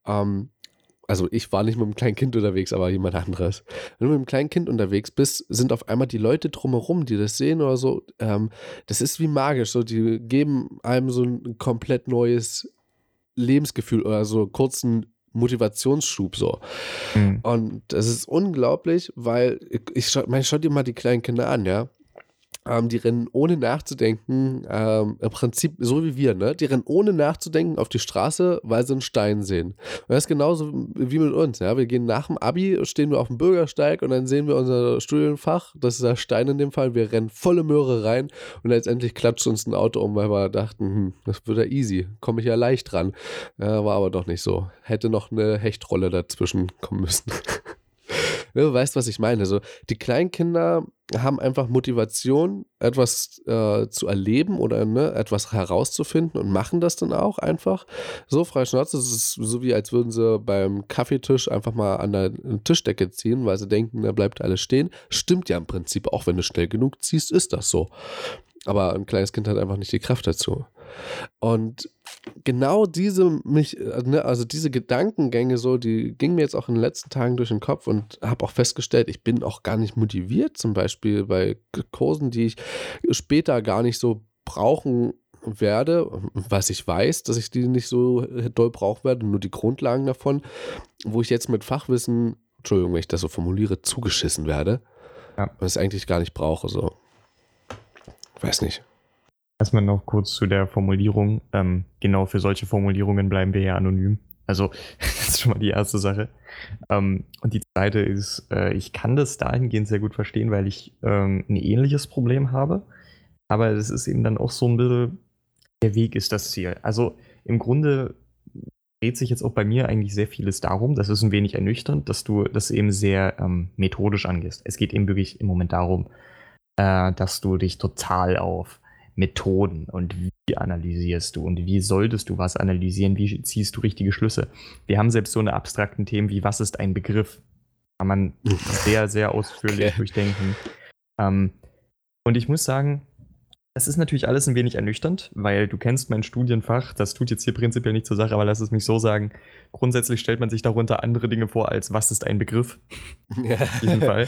also ich war nicht mit einem kleinen Kind unterwegs, aber jemand anderes. Wenn du mit einem kleinen Kind unterwegs bist, sind auf einmal die Leute drumherum, die das sehen oder so, das ist wie magisch, so, die geben einem so ein komplett neues Lebensgefühl oder so einen kurzen Motivationsschub so. Mhm. Und das ist unglaublich, weil schau dir mal die kleinen Kinder an, ja. Die rennen ohne nachzudenken, im Prinzip so wie wir, ne? Die rennen ohne nachzudenken auf die Straße, weil sie einen Stein sehen. Und das ist genauso wie mit uns, ja? Wir gehen nach dem Abi, stehen wir auf dem Bürgersteig und dann sehen wir unser Studienfach, das ist der Stein in dem Fall, wir rennen volle Möhre rein und letztendlich klatscht uns ein Auto um, weil wir dachten, das wird ja easy, komme ich ja leicht ran. Ja, war aber doch nicht so. Hätte noch eine Hechtrolle dazwischen kommen müssen. Du weißt, was ich meine. So, die Kleinkinder haben einfach Motivation, etwas zu erleben oder ne, etwas herauszufinden und machen das dann auch einfach. So frei Schnauze, es ist so wie als würden sie beim Kaffeetisch einfach mal an der Tischdecke ziehen, weil sie denken, da bleibt alles stehen. Stimmt ja im Prinzip, auch wenn du schnell genug ziehst, ist das so. Aber ein kleines Kind hat einfach nicht die Kraft dazu. Und genau also diese Gedankengänge so, die gingen mir jetzt auch in den letzten Tagen durch den Kopf und habe auch festgestellt, ich bin auch gar nicht motiviert, zum Beispiel bei Kursen, die ich später gar nicht so brauchen werde, was ich weiß, dass ich die nicht so doll brauchen werde, nur die Grundlagen davon, wo ich jetzt mit Fachwissen, Entschuldigung, wenn ich das so formuliere, zugeschissen werde, Ja. und es eigentlich gar nicht brauche, so. Weiß nicht. Erstmal noch kurz zu der Formulierung. Genau, für solche Formulierungen bleiben wir ja anonym. Also, das ist schon mal die erste Sache. Und die zweite ist, ich kann das dahingehend sehr gut verstehen, weil ich ein ähnliches Problem habe. Aber es ist eben dann auch so ein bisschen, der Weg ist das Ziel. Also, im Grunde dreht sich jetzt auch bei mir eigentlich sehr vieles darum, das ist ein wenig ernüchternd, dass du das eben sehr methodisch angehst. Es geht eben wirklich im Moment darum, dass du dich total auf Methoden und wie analysierst du und wie solltest du was analysieren, wie ziehst du richtige Schlüsse. Wir haben selbst so eine abstrakten Themen wie, was ist ein Begriff? Kann man sehr, sehr ausführlich durchdenken. Und ich muss sagen, das ist natürlich alles ein wenig ernüchternd, weil du kennst mein Studienfach, das tut jetzt hier prinzipiell nicht zur Sache, aber lass es mich so sagen, grundsätzlich stellt man sich darunter andere Dinge vor als, was ist ein Begriff? In diesem Fall.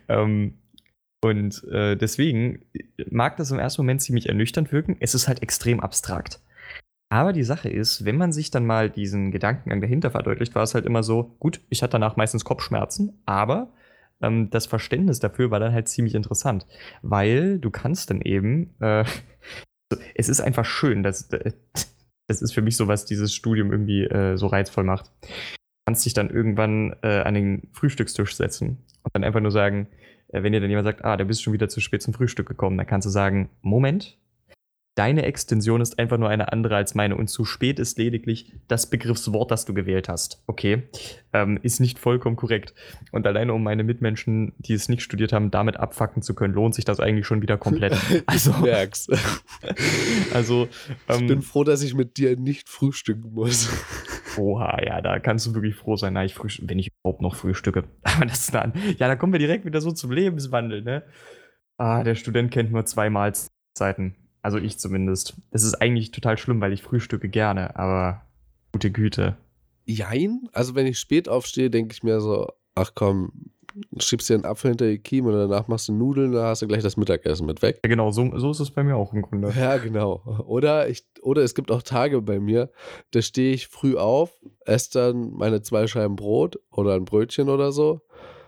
Und deswegen mag das im ersten Moment ziemlich ernüchternd wirken. Es ist halt extrem abstrakt. Aber die Sache ist, wenn man sich dann mal diesen Gedankengang dahinter verdeutlicht, war es halt immer so, gut, ich hatte danach meistens Kopfschmerzen, aber das Verständnis dafür war dann halt ziemlich interessant, weil du kannst dann eben, es ist einfach schön, das ist für mich so, was dieses Studium irgendwie so reizvoll macht. Du kannst dich dann irgendwann an den Frühstückstisch setzen und dann einfach nur sagen, wenn dir dann jemand sagt, da bist du schon wieder zu spät zum Frühstück gekommen, dann kannst du sagen, Moment, deine Extension ist einfach nur eine andere als meine und zu spät ist lediglich das Begriffswort, das du gewählt hast. Okay, ist nicht vollkommen korrekt. Und alleine um meine Mitmenschen, die es nicht studiert haben, damit abfacken zu können, lohnt sich das eigentlich schon wieder komplett. Also, Ich merk's. also Ich bin froh, dass ich mit dir nicht frühstücken muss. oha, ja, da kannst du wirklich froh sein, wenn ich überhaupt noch frühstücke. Aber ja, da kommen wir direkt wieder so zum Lebenswandel, ne? Der Student kennt nur 2 Mahlzeiten. Also ich zumindest. Das ist eigentlich total schlimm, weil ich frühstücke gerne, aber gute Güte. Jein. Also wenn ich spät aufstehe, denke ich mir so, ach komm, schiebst dir einen Apfel hinter die Kiemen und danach machst du Nudeln, dann hast du gleich das Mittagessen mit weg. Ja, genau, so ist es bei mir auch im Grunde. Ja, genau. Oder es gibt auch Tage bei mir, da stehe ich früh auf, esse dann meine 2 Scheiben Brot oder ein Brötchen oder so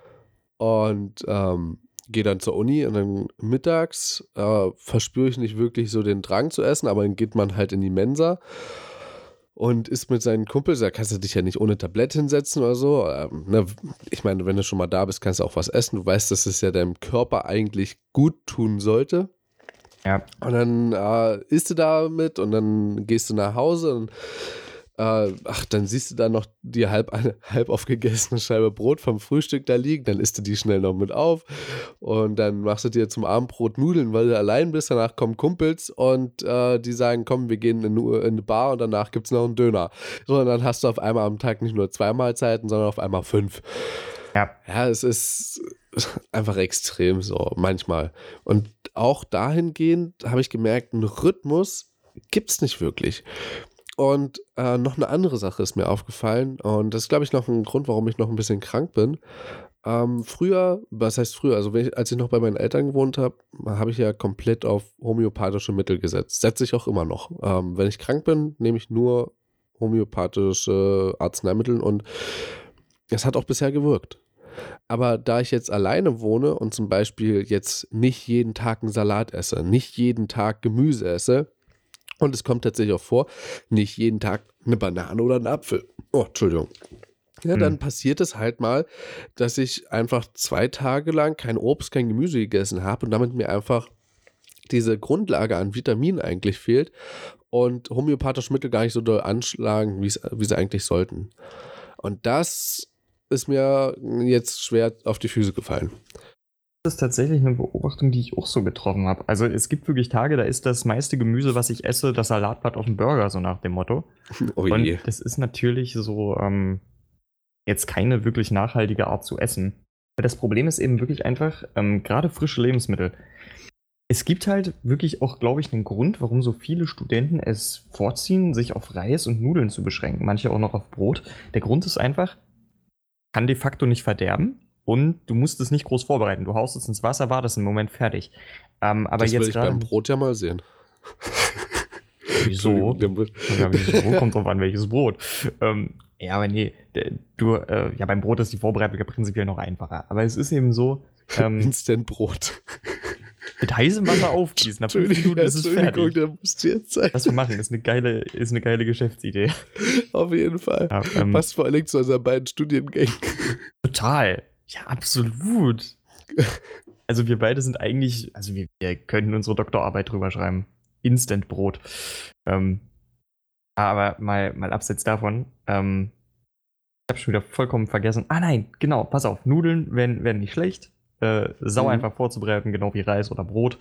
und gehe dann zur Uni und dann mittags verspüre ich nicht wirklich so den Drang zu essen, aber dann geht man halt in die Mensa und isst mit seinen Kumpels. Da kannst du dich ja nicht ohne Tablett hinsetzen oder so. Ne? Ich meine, wenn du schon mal da bist, kannst du auch was essen. Du weißt, dass es ja deinem Körper eigentlich gut tun sollte. Ja. Und dann isst du da mit und dann gehst du nach Hause und dann siehst du da noch die halb aufgegessene Scheibe Brot vom Frühstück da liegen, dann isst du die schnell noch mit auf und dann machst du dir zum Abendbrot Nudeln, weil du allein bist, danach kommen Kumpels und die sagen, komm, wir gehen in eine Bar und danach gibt es noch einen Döner. So, und dann hast du auf einmal am Tag nicht nur 2 Mahlzeiten, sondern auf einmal 5. Ja. Ja, es ist einfach extrem so, manchmal. Und auch dahingehend habe ich gemerkt, einen Rhythmus gibt es nicht wirklich. Und noch eine andere Sache ist mir aufgefallen und das ist, glaube ich, noch ein Grund, warum ich noch ein bisschen krank bin. Früher, was heißt früher? Also als ich noch bei meinen Eltern gewohnt habe, habe ich ja komplett auf homöopathische Mittel gesetzt. Setze ich auch immer noch. Wenn ich krank bin, nehme ich nur homöopathische Arzneimittel und es hat auch bisher gewirkt. Aber da ich jetzt alleine wohne und zum Beispiel jetzt nicht jeden Tag einen Salat esse, nicht jeden Tag Gemüse esse, und es kommt tatsächlich auch vor, nicht jeden Tag eine Banane oder einen Apfel. Oh, Entschuldigung. Ja, dann passiert es halt mal, dass ich einfach 2 Tage lang kein Obst, kein Gemüse gegessen habe und damit mir einfach diese Grundlage an Vitaminen eigentlich fehlt und homöopathische Mittel gar nicht so doll anschlagen, wie sie eigentlich sollten. Und das ist mir jetzt schwer auf die Füße gefallen. Das ist tatsächlich eine Beobachtung, die ich auch so getroffen habe. Also es gibt wirklich Tage, da ist das meiste Gemüse, was ich esse, das Salatblatt auf dem Burger, so nach dem Motto. Oh je. Und das ist natürlich so jetzt keine wirklich nachhaltige Art zu essen. Das Problem ist eben wirklich einfach, gerade frische Lebensmittel. Es gibt halt wirklich auch, glaube ich, einen Grund, warum so viele Studenten es vorziehen, sich auf Reis und Nudeln zu beschränken, manche auch noch auf Brot. Der Grund ist einfach, kann de facto nicht verderben. Und du musst es nicht groß vorbereiten. Du haust es ins Wasser, war das im Moment fertig. Aber das jetzt will ich beim Brot ja mal sehen. Wieso? Ja, wieso? Kommt drauf an, welches Brot. Ja, aber nee, beim Brot ist die Vorbereitung ja prinzipiell noch einfacher. Aber es ist eben so. Instant-Brot. Mit heißem Wasser aufgießen. Nach 5 Minuten ist es fertig. Da musst du jetzt sein. Was wir machen, ist eine geile Geschäftsidee. Auf jeden Fall. Ja, passt vor allem zu unseren beiden Studiengängen. Total. Ja, absolut. Also wir beide sind eigentlich, also wir könnten unsere Doktorarbeit drüber schreiben. Instant-Brot. Aber mal abseits davon, ich habe schon wieder vollkommen vergessen. Nein, genau, pass auf, Nudeln werden nicht schlecht. Sau einfach vorzubereiten, genau wie Reis oder Brot.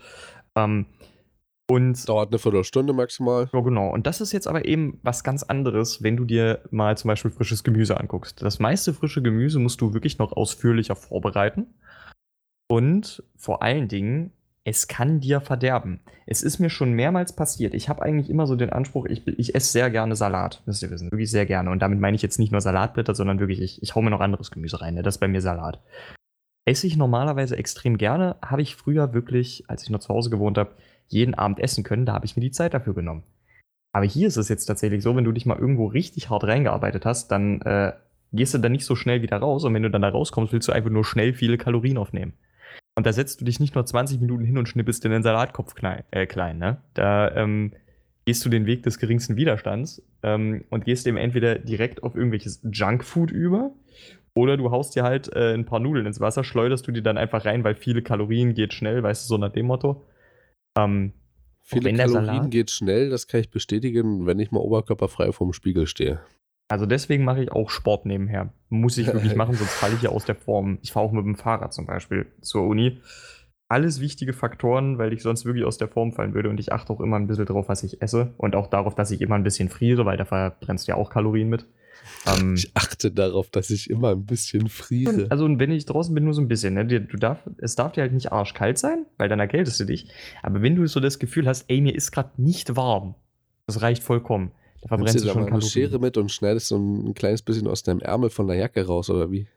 Und dauert eine Viertelstunde maximal. Ja, genau. Und das ist jetzt aber eben was ganz anderes, wenn du dir mal zum Beispiel frisches Gemüse anguckst. Das meiste frische Gemüse musst du wirklich noch ausführlicher vorbereiten. Und vor allen Dingen, es kann dir verderben. Es ist mir schon mehrmals passiert. Ich habe eigentlich immer so den Anspruch, ich esse sehr gerne Salat, müsst ihr wissen. Wirklich sehr gerne. Und damit meine ich jetzt nicht nur Salatblätter, sondern wirklich, ich hau mir noch anderes Gemüse rein. Ne? Das ist bei mir Salat. Esse ich normalerweise extrem gerne. Habe ich früher wirklich, als ich noch zu Hause gewohnt habe, jeden Abend essen können, da habe ich mir die Zeit dafür genommen. Aber hier ist es jetzt tatsächlich so, wenn du dich mal irgendwo richtig hart reingearbeitet hast, dann gehst du da nicht so schnell wieder raus und wenn du dann da rauskommst, willst du einfach nur schnell viele Kalorien aufnehmen. Und da setzt du dich nicht nur 20 Minuten hin und schnippelst dir den Salatkopf klein, ne? Da gehst du den Weg des geringsten Widerstands und gehst eben entweder direkt auf irgendwelches Junkfood über oder du haust dir halt ein paar Nudeln ins Wasser, schleuderst du die dann einfach rein, weil viele Kalorien geht schnell, weißt du, so nach dem Motto. Viele wenn der Kalorien Salat- geht schnell, das kann ich bestätigen, wenn ich mal oberkörperfrei vorm Spiegel stehe. Also deswegen mache ich auch Sport nebenher. Muss ich wirklich machen, sonst falle ich ja aus der Form. Ich fahre auch mit dem Fahrrad zum Beispiel zur Uni. Alles wichtige Faktoren, weil ich sonst wirklich aus der Form fallen würde. Und ich achte auch immer ein bisschen drauf, was ich esse. Und auch darauf, dass ich immer ein bisschen friere, weil da verbrennst du ja auch Kalorien mit. Ich achte darauf, dass ich immer ein bisschen friere. Also wenn ich draußen bin, nur so ein bisschen. Ne? Es darf dir halt nicht arschkalt sein, weil dann erkältest du dich. Aber wenn du so das Gefühl hast, ey, mir ist gerade nicht warm, das reicht vollkommen. Da verbrennst Nimmst du du da schon mal eine Kalorien. Schere mit und schneidest so ein kleines bisschen aus deinem Ärmel von der Jacke raus, oder wie?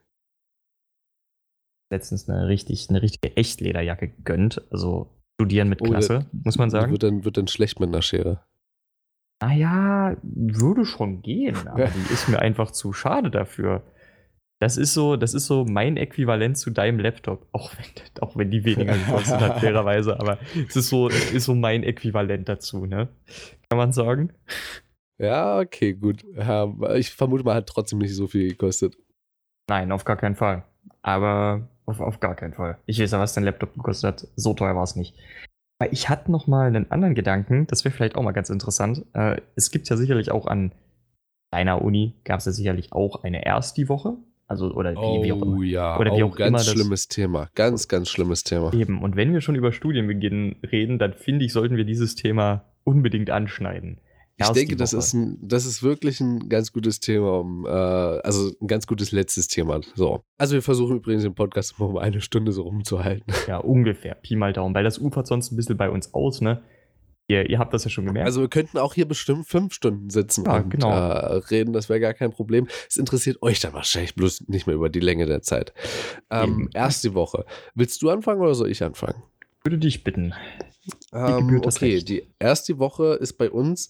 Letztens eine richtige Echtlederjacke gegönnt. Also studieren mit Oh, Klasse, muss man sagen. Wird dann schlecht mit einer Schere. Naja, würde schon gehen, aber die ist mir einfach zu schade dafür. Das ist so mein Äquivalent zu deinem Laptop. Auch wenn die weniger gekostet hat, fairerweise, aber es ist so mein Äquivalent dazu, ne? Kann man sagen? Ja, okay, gut. Ja, ich vermute mal, hat trotzdem nicht so viel gekostet. Nein, auf gar keinen Fall. Aber auf gar keinen Fall. Ich weiß ja, was dein Laptop gekostet hat. So teuer war es nicht. Aber ich hatte noch mal einen anderen Gedanken, das wäre vielleicht auch mal ganz interessant. Es gibt ja sicherlich auch an deiner Uni, gab es ja sicherlich auch eine Ersti-Woche. Also, oder wie auch immer. Ja, Oder wie auch ganz immer das- schlimmes Thema. Ganz schlimmes Thema. Eben, und wenn wir schon über Studienbeginn reden, dann finde ich, sollten wir dieses Thema unbedingt anschneiden. Ich denke, das Ersti-Woche. ist wirklich ein ganz gutes Thema, also ein ganz gutes letztes Thema. So. Also wir versuchen übrigens den Podcast immer um eine Stunde so rumzuhalten. Ja, ungefähr. Pi mal Daumen, weil das ufert sonst ein bisschen bei uns aus, ne? Ihr habt das ja schon gemerkt. Also wir könnten auch hier bestimmt 5 Stunden sitzen Ja, und genau. reden, das wäre gar kein Problem. Es interessiert euch dann wahrscheinlich bloß nicht mehr über die Länge der Zeit. Eben. Erst die Woche. Willst du anfangen oder soll ich anfangen? Ich würde dich bitten. gebührt das Okay, Recht. die erste Woche ist bei uns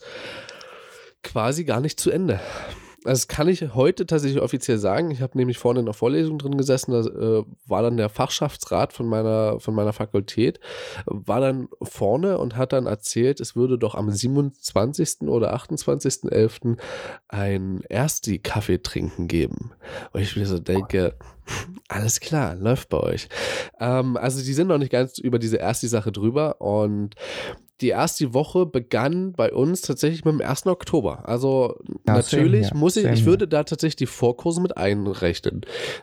quasi gar nicht zu Ende. Das kann ich heute tatsächlich offiziell sagen. Ich habe nämlich vorne in der Vorlesung drin gesessen, da war dann der Fachschaftsrat von meiner Fakultät, war dann vorne und hat dann erzählt, es würde doch am 27. oder 28.11. ein Ersti-Kaffee trinken geben. Und ich mir so denke, alles klar, läuft bei euch. Also die sind noch nicht ganz über diese Ersti-Sache drüber und die erste Woche begann bei uns tatsächlich mit dem 1. Oktober. Also Ja, natürlich same here, ich same würde da tatsächlich die Vorkurse mit einrechnen,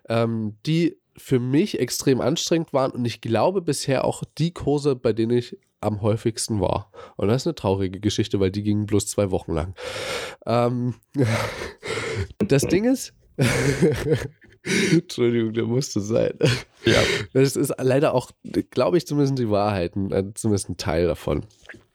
die für mich extrem anstrengend waren und ich glaube bisher auch die Kurse, bei denen ich am häufigsten war. Und das ist eine traurige Geschichte, weil die gingen bloß 2 Wochen lang. Das Ding ist, Entschuldigung, der musste sein. Ja. Das ist leider auch, glaube ich, zumindest die Wahrheiten, zumindest ein Teil davon.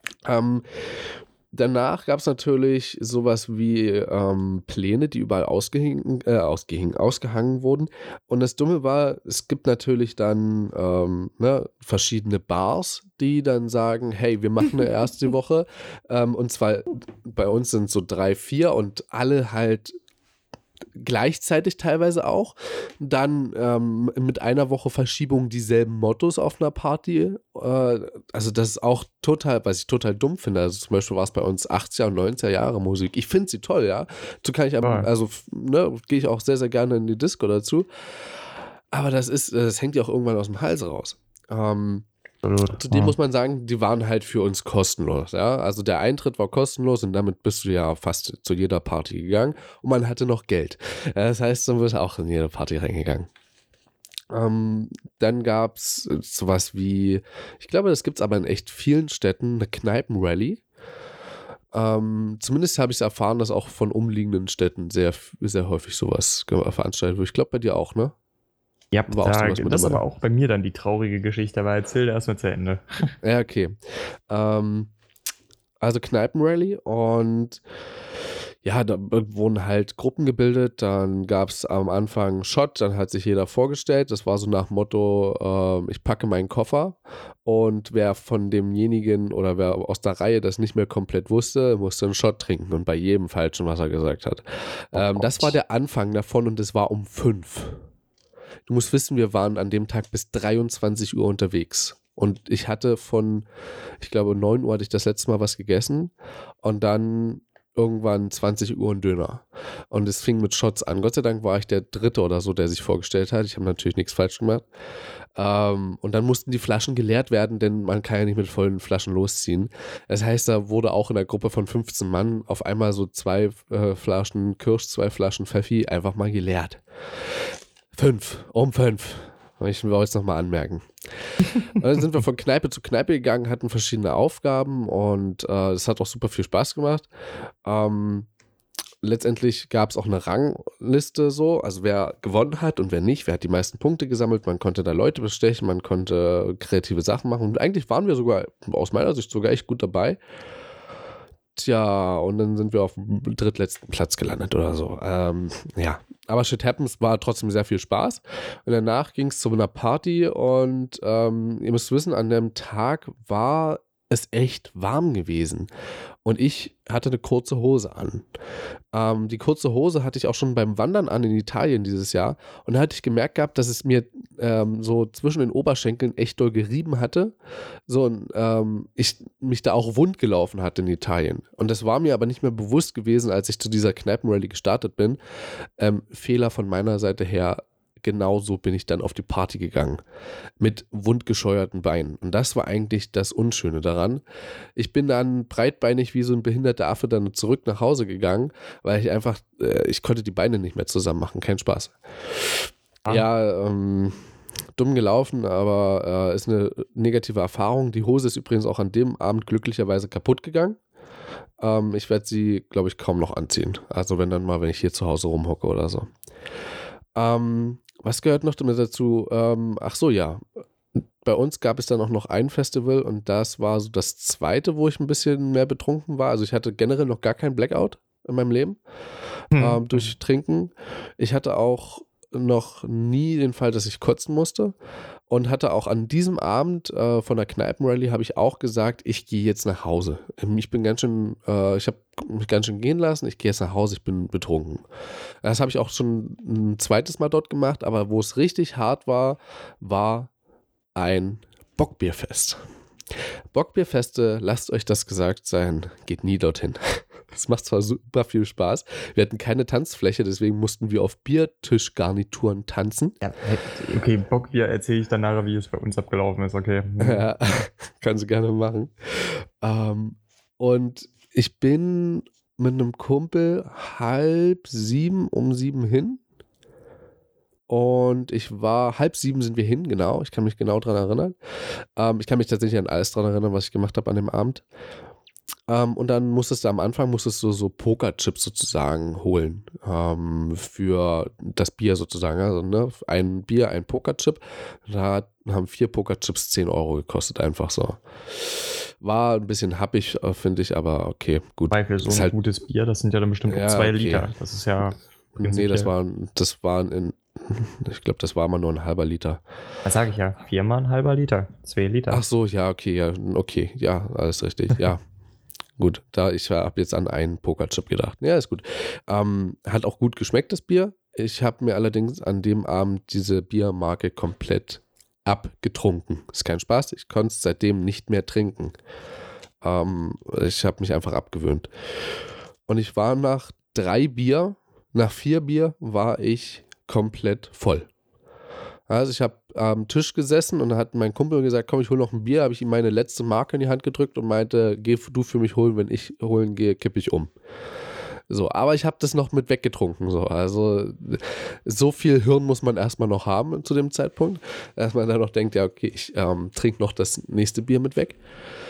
Danach gab es natürlich sowas wie Pläne, die überall ausgehangen wurden. Und das Dumme war, es gibt natürlich dann verschiedene Bars, die dann sagen, hey, wir machen eine erste Woche. Und zwar bei uns sind so 3, 4 und alle halt gleichzeitig teilweise auch. Dann mit einer Woche Verschiebung dieselben Mottos auf einer Party. Also das ist auch total, was ich total dumm finde. Also zum Beispiel war es bei uns 80er und 90er Jahre Musik. Ich finde sie toll, ja. So kann ich, gehe ich auch sehr, sehr gerne in die Disco dazu. Aber das hängt ja auch irgendwann aus dem Hals raus. Zudem muss man sagen, die waren halt für uns kostenlos, ja. Also der Eintritt war kostenlos und damit bist du ja fast zu jeder Party gegangen und man hatte noch Geld. Das heißt, du bist auch in jede Party reingegangen. Dann gab es sowas wie, ich glaube, das gibt es aber in echt vielen Städten, eine Kneipenrally. Zumindest habe ich es erfahren, dass auch von umliegenden Städten sehr, sehr häufig sowas veranstaltet wird. Ich glaube bei dir auch, ne? Ja, War auch sowas mit das ist dabei. aber auch bei mir dann die traurige Geschichte, aber erzähl erstmal zu Ende. Ja, okay. Also Kneipenrally und ja, da wurden halt Gruppen gebildet, dann gab es am Anfang Shot, dann hat sich jeder vorgestellt, das war so nach Motto, ich packe meinen Koffer und wer von demjenigen oder wer aus der Reihe das nicht mehr komplett wusste, musste einen Shot trinken und bei jedem falschen, was er gesagt hat. Das war der Anfang davon und es war um 5. Du musst wissen, wir waren an dem Tag bis 23 Uhr unterwegs. Und ich hatte ich glaube 9 Uhr hatte ich das letzte Mal was gegessen. Und dann irgendwann 20 Uhr ein Döner. Und es fing mit Shots an. Gott sei Dank war ich der Dritte oder so, der sich vorgestellt hat. Ich habe natürlich nichts falsch gemacht. Und dann mussten die Flaschen geleert werden, denn man kann ja nicht mit vollen Flaschen losziehen. Das heißt, da wurde auch in der Gruppe von 15 Mann auf einmal so 2 Flaschen Kirsch, 2 Flaschen Pfeffi einfach mal geleert. 5. Ich will es nochmal anmerken. Und dann sind wir von Kneipe zu Kneipe gegangen, hatten verschiedene Aufgaben und es hat auch super viel Spaß gemacht. Letztendlich gab es auch eine Rangliste so, also wer gewonnen hat und wer nicht, wer hat die meisten Punkte gesammelt, man konnte da Leute bestechen, man konnte kreative Sachen machen und eigentlich waren wir sogar, aus meiner Sicht sogar echt gut dabei. Tja, und dann sind wir auf dem drittletzten Platz gelandet oder so. Ja, aber Shit Happens, war trotzdem sehr viel Spaß. Und danach ging es zu einer Party und ihr müsst wissen, an dem Tag war es echt warm gewesen. Und ich hatte eine kurze Hose an. Die kurze Hose hatte ich auch schon beim Wandern an in Italien dieses Jahr. Und da hatte ich gemerkt gehabt, dass es mir so zwischen den Oberschenkeln echt doll gerieben hatte. So, und ich mich da auch wund gelaufen hatte in Italien. Und das war mir aber nicht mehr bewusst gewesen, als ich zu dieser Kneipenrallye gestartet bin. Fehler von meiner Seite her. Genauso bin ich dann auf die Party gegangen. Mit wundgescheuerten Beinen. Und das war eigentlich das Unschöne daran. Ich bin dann breitbeinig wie so ein behinderter Affe dann zurück nach Hause gegangen, weil ich einfach, ich konnte die Beine nicht mehr zusammen machen. Kein Spaß. Ja, dumm gelaufen, aber ist eine negative Erfahrung. Die Hose ist übrigens auch an dem Abend glücklicherweise kaputt gegangen. Ich werde sie, glaube ich, kaum noch anziehen. Also wenn ich hier zu Hause rumhocke oder so. Was gehört noch damit dazu? Ach so, ja. Bei uns gab es dann auch noch ein Festival und das war so das zweite, wo ich ein bisschen mehr betrunken war. Also ich hatte generell noch gar keinen Blackout in meinem Leben durch Trinken. Ich hatte auch noch nie den Fall, dass ich kotzen musste und hatte auch an diesem Abend von der Kneipenrallye habe ich auch gesagt, ich gehe jetzt nach Hause. Ich bin ganz schön, ich habe mich ganz schön gehen lassen, ich gehe jetzt nach Hause, ich bin betrunken. Das habe ich auch schon ein zweites Mal dort gemacht, aber wo es richtig hart war, war ein Bockbierfest. Bockbierfeste, lasst euch das gesagt sein, geht nie dorthin. Es macht zwar super viel Spaß. Wir hatten keine Tanzfläche, deswegen mussten wir auf Biertischgarnituren tanzen. Ja, okay, Bockbier erzähle ich dann nachher, wie es bei uns abgelaufen ist, okay. Ja, kannst du gerne machen. Und ich bin mit einem Kumpel 6:30 um 7 hin. Und ich war 6:30 sind wir hin, genau. Ich kann mich genau daran erinnern. Ich kann mich tatsächlich an alles daran erinnern, was ich gemacht habe an dem Abend. Und dann musstest du am Anfang so Pokerchips sozusagen holen für das Bier sozusagen. Also ne, ein Bier, ein Pokerchip. Da haben 4 Pokerchips 10 Euro gekostet, einfach so. War ein bisschen happig, finde ich, aber okay, gut. Weil für so ein gutes Bier, das sind ja dann bestimmt auch 2 Liter. Das ist ja... Nee, das waren ich glaube, das war mal nur ein halber Liter. Das sage ich ja, 4 mal ein halber Liter, 2 Liter. Ach so, ja, okay, ja, alles richtig, ja. Gut, ich habe jetzt an einen Pokerchip gedacht. Ja, ist gut. Hat auch gut geschmeckt, das Bier. Ich habe mir allerdings an dem Abend diese Biermarke komplett abgetrunken. Ist kein Spaß, ich konnte es seitdem nicht mehr trinken. Ich habe mich einfach abgewöhnt. Und ich war nach 4 Bier war ich komplett voll. Also ich habe am Tisch gesessen und da hat mein Kumpel gesagt, komm, ich hole noch ein Bier, habe ich ihm meine letzte Marke in die Hand gedrückt und meinte, geh du für mich holen, wenn ich holen gehe, kippe ich um. So, aber ich habe das noch mit weggetrunken. So. Also so viel Hirn muss man erstmal noch haben zu dem Zeitpunkt, dass man dann noch denkt, ja okay, ich trinke noch das nächste Bier mit weg.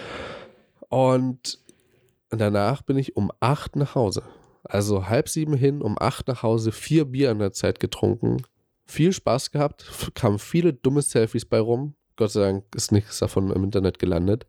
Und danach bin ich um 8 nach Hause. Also 6:30 hin, um 8 nach Hause, 4 Bier in der Zeit getrunken. Viel Spaß gehabt, kamen viele dumme Selfies bei rum. Gott sei Dank ist nichts davon im Internet gelandet.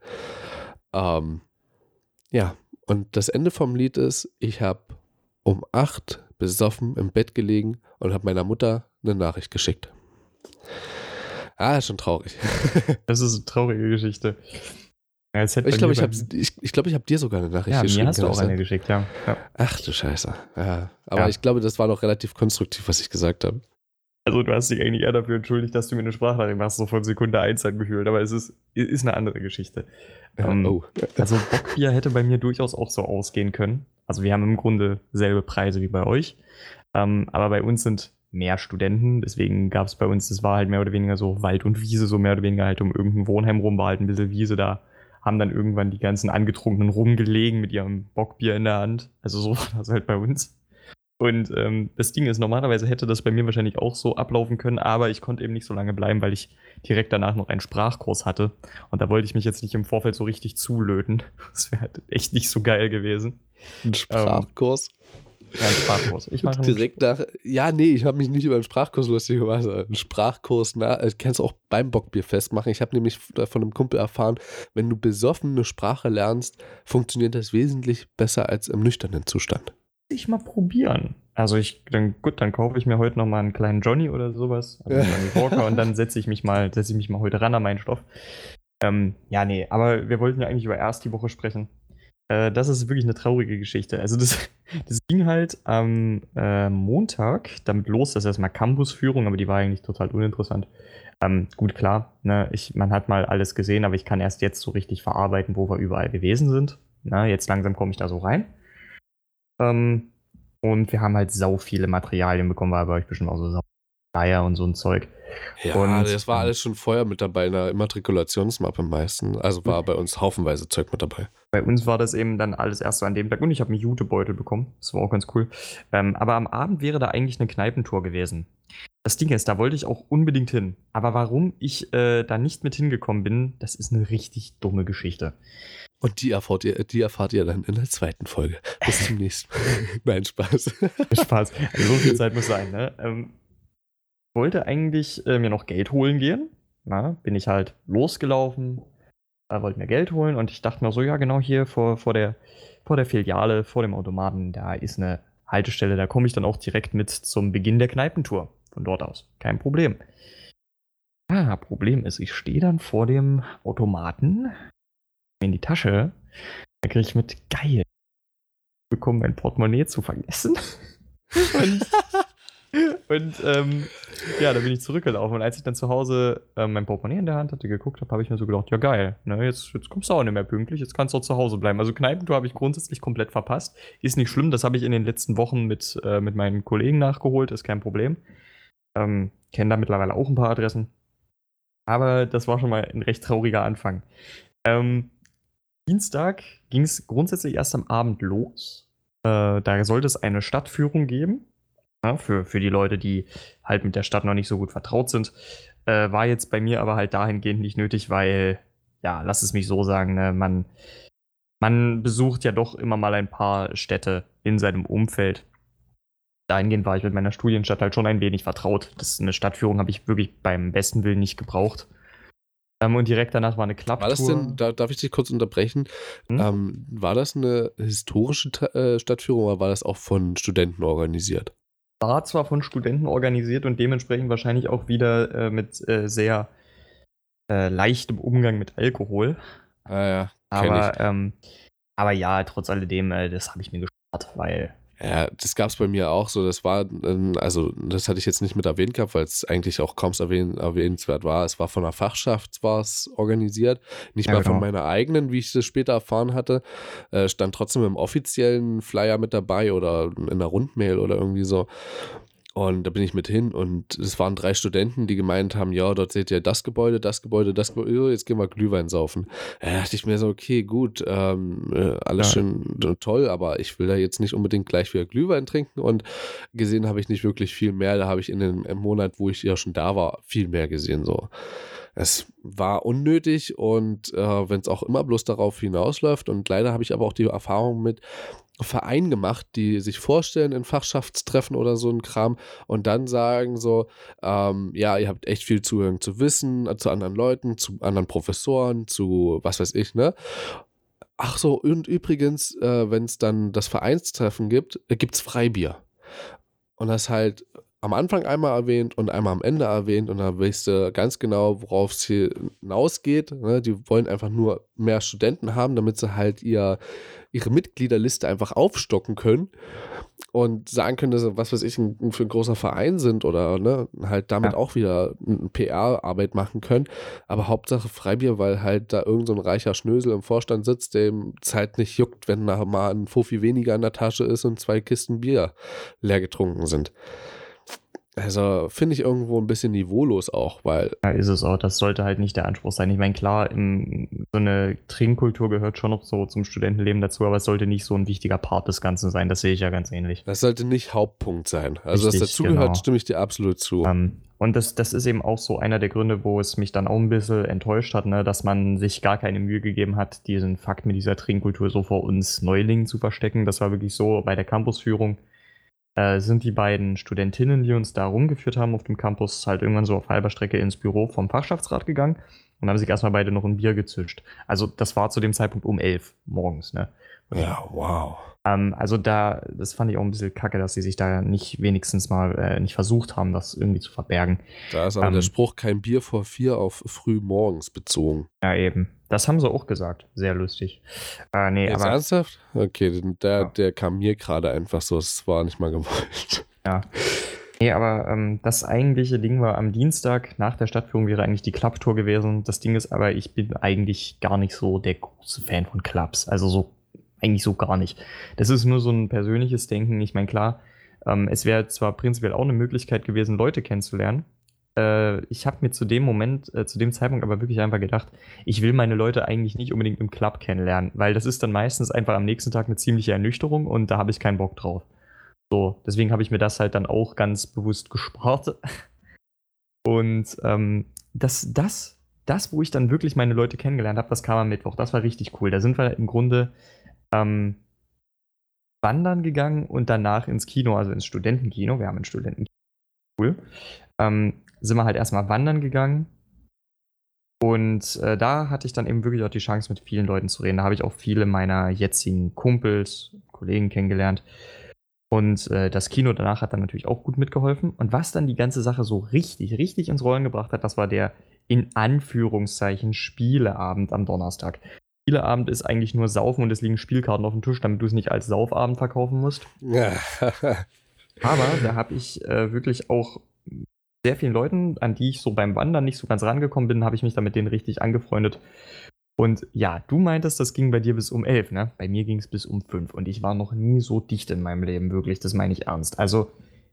Ja, und das Ende vom Lied ist, ich habe um 8 besoffen im Bett gelegen und habe meiner Mutter eine Nachricht geschickt. Ist schon traurig. Das ist eine traurige Geschichte. Ja, ich glaube, ich hab dir sogar eine Nachricht geschickt. Ja, mir hast du auch eine geschickt, ja. Ach du Scheiße. Ja, aber ich glaube, das war noch relativ konstruktiv, was ich gesagt habe. Also du hast dich eigentlich eher dafür entschuldigt, dass du mir eine Sprachnachricht machst, so von Sekunde 1 angefühlt, aber es ist eine andere Geschichte. Also Bockbier hätte bei mir durchaus auch so ausgehen können. Also wir haben im Grunde selbe Preise wie bei euch. Aber bei uns sind mehr Studenten, deswegen gab es bei uns, das war halt mehr oder weniger so Wald und Wiese, so mehr oder weniger halt um irgendein Wohnheim rum, war halt ein bisschen Wiese da, haben dann irgendwann die ganzen Angetrunkenen rumgelegen mit ihrem Bockbier in der Hand. Also so war das halt bei uns. Und das Ding ist, normalerweise hätte das bei mir wahrscheinlich auch so ablaufen können, aber ich konnte eben nicht so lange bleiben, weil ich direkt danach noch einen Sprachkurs hatte. Und da wollte ich mich jetzt nicht im Vorfeld so richtig zulöten. Das wäre halt echt nicht so geil gewesen. Ein Sprachkurs? Ja, ein Sprachkurs. Ich mache direkt nach. Ja, nee, ich habe mich nicht über einen Sprachkurs lustig gemacht. Ein Sprachkurs, kannst du auch beim Bockbierfest machen. Ich habe nämlich von einem Kumpel erfahren, wenn du besoffen eine Sprache lernst, funktioniert das wesentlich besser als im nüchternen Zustand. Ich mal probieren. Also dann kaufe ich mir heute noch mal einen kleinen Johnny oder sowas, also einen Walker, und dann setze ich mich mal heute ran an meinen Stoff. Ja, nee, aber wir wollten ja eigentlich über erst die Woche sprechen. Das ist wirklich eine traurige Geschichte. Also das ging halt am Montag damit los, das ist erstmal Campusführung, aber die war eigentlich total uninteressant. Gut, klar, ne, man hat mal alles gesehen, aber ich kann erst jetzt so richtig verarbeiten, wo wir überall gewesen sind. Na, jetzt langsam komme ich da so rein. Und wir haben halt sau viele Materialien bekommen, weil bei euch bestimmt auch so Flyer und so ein Zeug. Ja, und das war alles schon vorher mit dabei in der Immatrikulationsmappe meistens. Also war bei uns haufenweise Zeug mit dabei. Bei uns war das eben dann alles erst so an dem Tag und ich habe einen Jutebeutel bekommen. Das war auch ganz cool. Aber am Abend wäre da eigentlich eine Kneipentour gewesen. Das Ding ist, da wollte ich auch unbedingt hin. Aber warum ich da nicht mit hingekommen bin, das ist eine richtig dumme Geschichte. Und die erfahrt ihr dann in der zweiten Folge. Bis zum nächsten Mal. Nein, Spaß. Spaß. Also so viel Zeit muss sein, ne? Wollte eigentlich mir noch Geld holen gehen. Na, bin ich halt losgelaufen, wollte mir Geld holen und ich dachte mir so, ja genau hier vor der Filiale, vor dem Automaten, da ist eine Haltestelle, da komme ich dann auch direkt mit zum Beginn der Kneipentour. Von dort aus. Kein Problem. Problem ist, ich stehe dann vor dem Automaten in die Tasche, da kriege ich mit, geil, bekommen mein Portemonnaie zu vergessen. Und ja, da bin ich zurückgelaufen. Und als ich dann zu Hause mein Portemonnaie in der Hand hatte, geguckt habe ich mir so gedacht, ja geil, ne, jetzt kommst du auch nicht mehr pünktlich, jetzt kannst du auch zu Hause bleiben. Also Kneipentour habe ich grundsätzlich komplett verpasst. Ist nicht schlimm, das habe ich in den letzten Wochen mit meinen Kollegen nachgeholt, ist kein Problem. Kenne da mittlerweile auch ein paar Adressen. Aber das war schon mal ein recht trauriger Anfang. Dienstag ging es grundsätzlich erst am Abend los. Da sollte es eine Stadtführung geben. Ja, für die Leute, die halt mit der Stadt noch nicht so gut vertraut sind. War jetzt bei mir aber halt dahingehend nicht nötig, weil, ja, lass es mich so sagen, ne, man besucht ja doch immer mal ein paar Städte in seinem Umfeld. Dahingehend war ich mit meiner Studienstadt halt schon ein wenig vertraut. Eine Stadtführung habe ich wirklich beim besten Willen nicht gebraucht. Und direkt danach war eine Klapptour. War das denn, darf ich dich kurz unterbrechen, war das eine historische Stadtführung oder war das auch von Studenten organisiert? War zwar von Studenten organisiert und dementsprechend wahrscheinlich auch wieder mit sehr leichtem Umgang mit Alkohol. Ja, aber ja, trotz alledem, das habe ich mir gespart, weil... Ja, das gab es bei mir auch so. Das war, also das hatte ich jetzt nicht mit erwähnt gehabt, weil es eigentlich auch kaum erwähnenswert war. Es war von der Fachschaft organisiert, nicht mal von meiner eigenen, wie ich das später erfahren hatte. Stand trotzdem im offiziellen Flyer mit dabei oder in der Rundmail oder irgendwie so. Und da bin ich mit hin und es waren 3 Studenten, die gemeint haben, ja, dort seht ihr das Gebäude, jetzt gehen wir Glühwein saufen. Da dachte ich mir so, okay, gut, alles schön toll, aber ich will da jetzt nicht unbedingt gleich wieder Glühwein trinken und gesehen habe ich nicht wirklich viel mehr. Da habe ich im Monat, wo ich ja schon da war, viel mehr gesehen, so. Es war unnötig und wenn es auch immer bloß darauf hinausläuft und leider habe ich aber auch die Erfahrung mit Vereinen gemacht, die sich vorstellen in Fachschaftstreffen oder so ein Kram und dann sagen so, ja, ihr habt echt viel Zugang zu Wissen, zu anderen Leuten, zu anderen Professoren, zu was weiß ich, ne? Ach so, und übrigens, wenn es dann das Vereinstreffen gibt, gibt's Freibier. Und das halt am Anfang einmal erwähnt und einmal am Ende erwähnt und dann weißt du ganz genau, worauf es hier hinausgeht. Ne? Die wollen einfach nur mehr Studenten haben, damit sie halt ihre Mitgliederliste einfach aufstocken können und sagen können, dass sie, was weiß ich, für ein großer Verein sind oder ne, halt damit auch wieder PR-Arbeit machen können. Aber Hauptsache Freibier, weil halt da irgend so ein reicher Schnösel im Vorstand sitzt, dem es halt nicht juckt, wenn da mal ein Fuffi weniger in der Tasche ist und 2 Kisten Bier leer getrunken sind. Also finde ich irgendwo ein bisschen niveaulos auch, weil. Ja, ist es auch. Das sollte halt nicht der Anspruch sein. Ich meine, klar, so eine Trinkkultur gehört schon noch so zum Studentenleben dazu, aber es sollte nicht so ein wichtiger Part des Ganzen sein. Das sehe ich ja ganz ähnlich. Das sollte nicht Hauptpunkt sein. Also, Richtig, dass dazugehört, genau. stimme ich dir absolut zu. Und das ist eben auch so einer der Gründe, wo es mich dann auch ein bisschen enttäuscht hat, ne, dass man sich gar keine Mühe gegeben hat, diesen Fakt mit dieser Trinkkultur so vor uns Neulingen zu verstecken. Das war wirklich so bei der Campusführung. Sind die beiden Studentinnen, die uns da rumgeführt haben auf dem Campus, halt irgendwann so auf halber Strecke ins Büro vom Fachschaftsrat gegangen und haben sich erstmal beide noch ein Bier gezischt. Also das war zu dem Zeitpunkt um 11 morgens, ne? Ja, wow. Also das fand ich auch ein bisschen kacke, dass sie sich da nicht wenigstens mal nicht versucht haben, das irgendwie zu verbergen. Da ist aber der Spruch, kein Bier vor 4 auf früh morgens bezogen. Ja, eben. Das haben sie auch gesagt. Sehr lustig. Nee, Jetzt aber. ernsthaft? Okay, der kam mir gerade einfach so, es war nicht mal gewollt. Ja. Nee, aber das eigentliche Ding war am Dienstag nach der Stadtführung wäre eigentlich die Clubtour gewesen. Das Ding ist aber, ich bin eigentlich gar nicht so der große Fan von Clubs. Also so eigentlich so gar nicht. Das ist nur so ein persönliches Denken. Ich meine, klar, es wäre zwar prinzipiell auch eine Möglichkeit gewesen, Leute kennenzulernen. Ich habe mir zu dem Zeitpunkt aber wirklich einfach gedacht, ich will meine Leute eigentlich nicht unbedingt im Club kennenlernen, weil das ist dann meistens einfach am nächsten Tag eine ziemliche Ernüchterung und da habe ich keinen Bock drauf. So, deswegen habe ich mir das halt dann auch ganz bewusst gespart. Und das, wo ich dann wirklich meine Leute kennengelernt habe, das kam am Mittwoch. Das war richtig cool. Da sind wir im Grunde wandern gegangen und danach ins Kino, also ins Studentenkino. Wir haben ein Studentenkino. Cool. Sind wir halt erstmal wandern gegangen. Und da hatte ich dann eben wirklich auch die Chance, mit vielen Leuten zu reden. Da habe ich auch viele meiner jetzigen Kumpels, Kollegen kennengelernt. Und das Kino danach hat dann natürlich auch gut mitgeholfen. Und was dann die ganze Sache so richtig ins Rollen gebracht hat, das war der in Anführungszeichen Spieleabend am Donnerstag. Spieleabend ist eigentlich nur Saufen und es liegen Spielkarten auf dem Tisch, damit du es nicht als Saufabend verkaufen musst. Ja. Aber da habe ich wirklich auch sehr vielen Leuten, an die ich so beim Wandern nicht so ganz rangekommen bin, habe ich mich da mit denen richtig angefreundet. Und ja, du meintest, das ging bei dir bis um 11, ne? Bei mir ging es bis um 5 und ich war noch nie so dicht in meinem Leben, wirklich, das meine ich ernst. Also,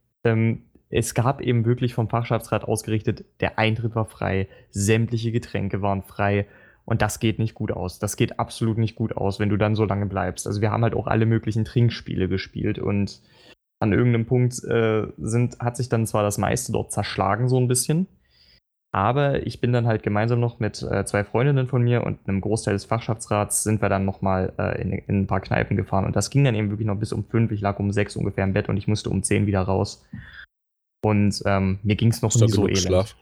es gab eben wirklich vom Fachschaftsrat ausgerichtet, der Eintritt war frei, sämtliche Getränke waren frei und das geht nicht gut aus. Das geht absolut nicht gut aus, wenn du dann so lange bleibst. Also wir haben halt auch alle möglichen Trinkspiele gespielt und an irgendeinem Punkt hat sich dann zwar das meiste dort zerschlagen so ein bisschen, aber ich bin dann halt gemeinsam noch mit 2 Freundinnen von mir und einem Großteil des Fachschaftsrats sind wir dann nochmal in ein paar Kneipen gefahren. Und das ging dann eben wirklich noch bis um 5. Ich lag um 6 ungefähr im Bett und ich musste um 10 wieder raus. Und mir ging es noch nie so elend. Schlaf.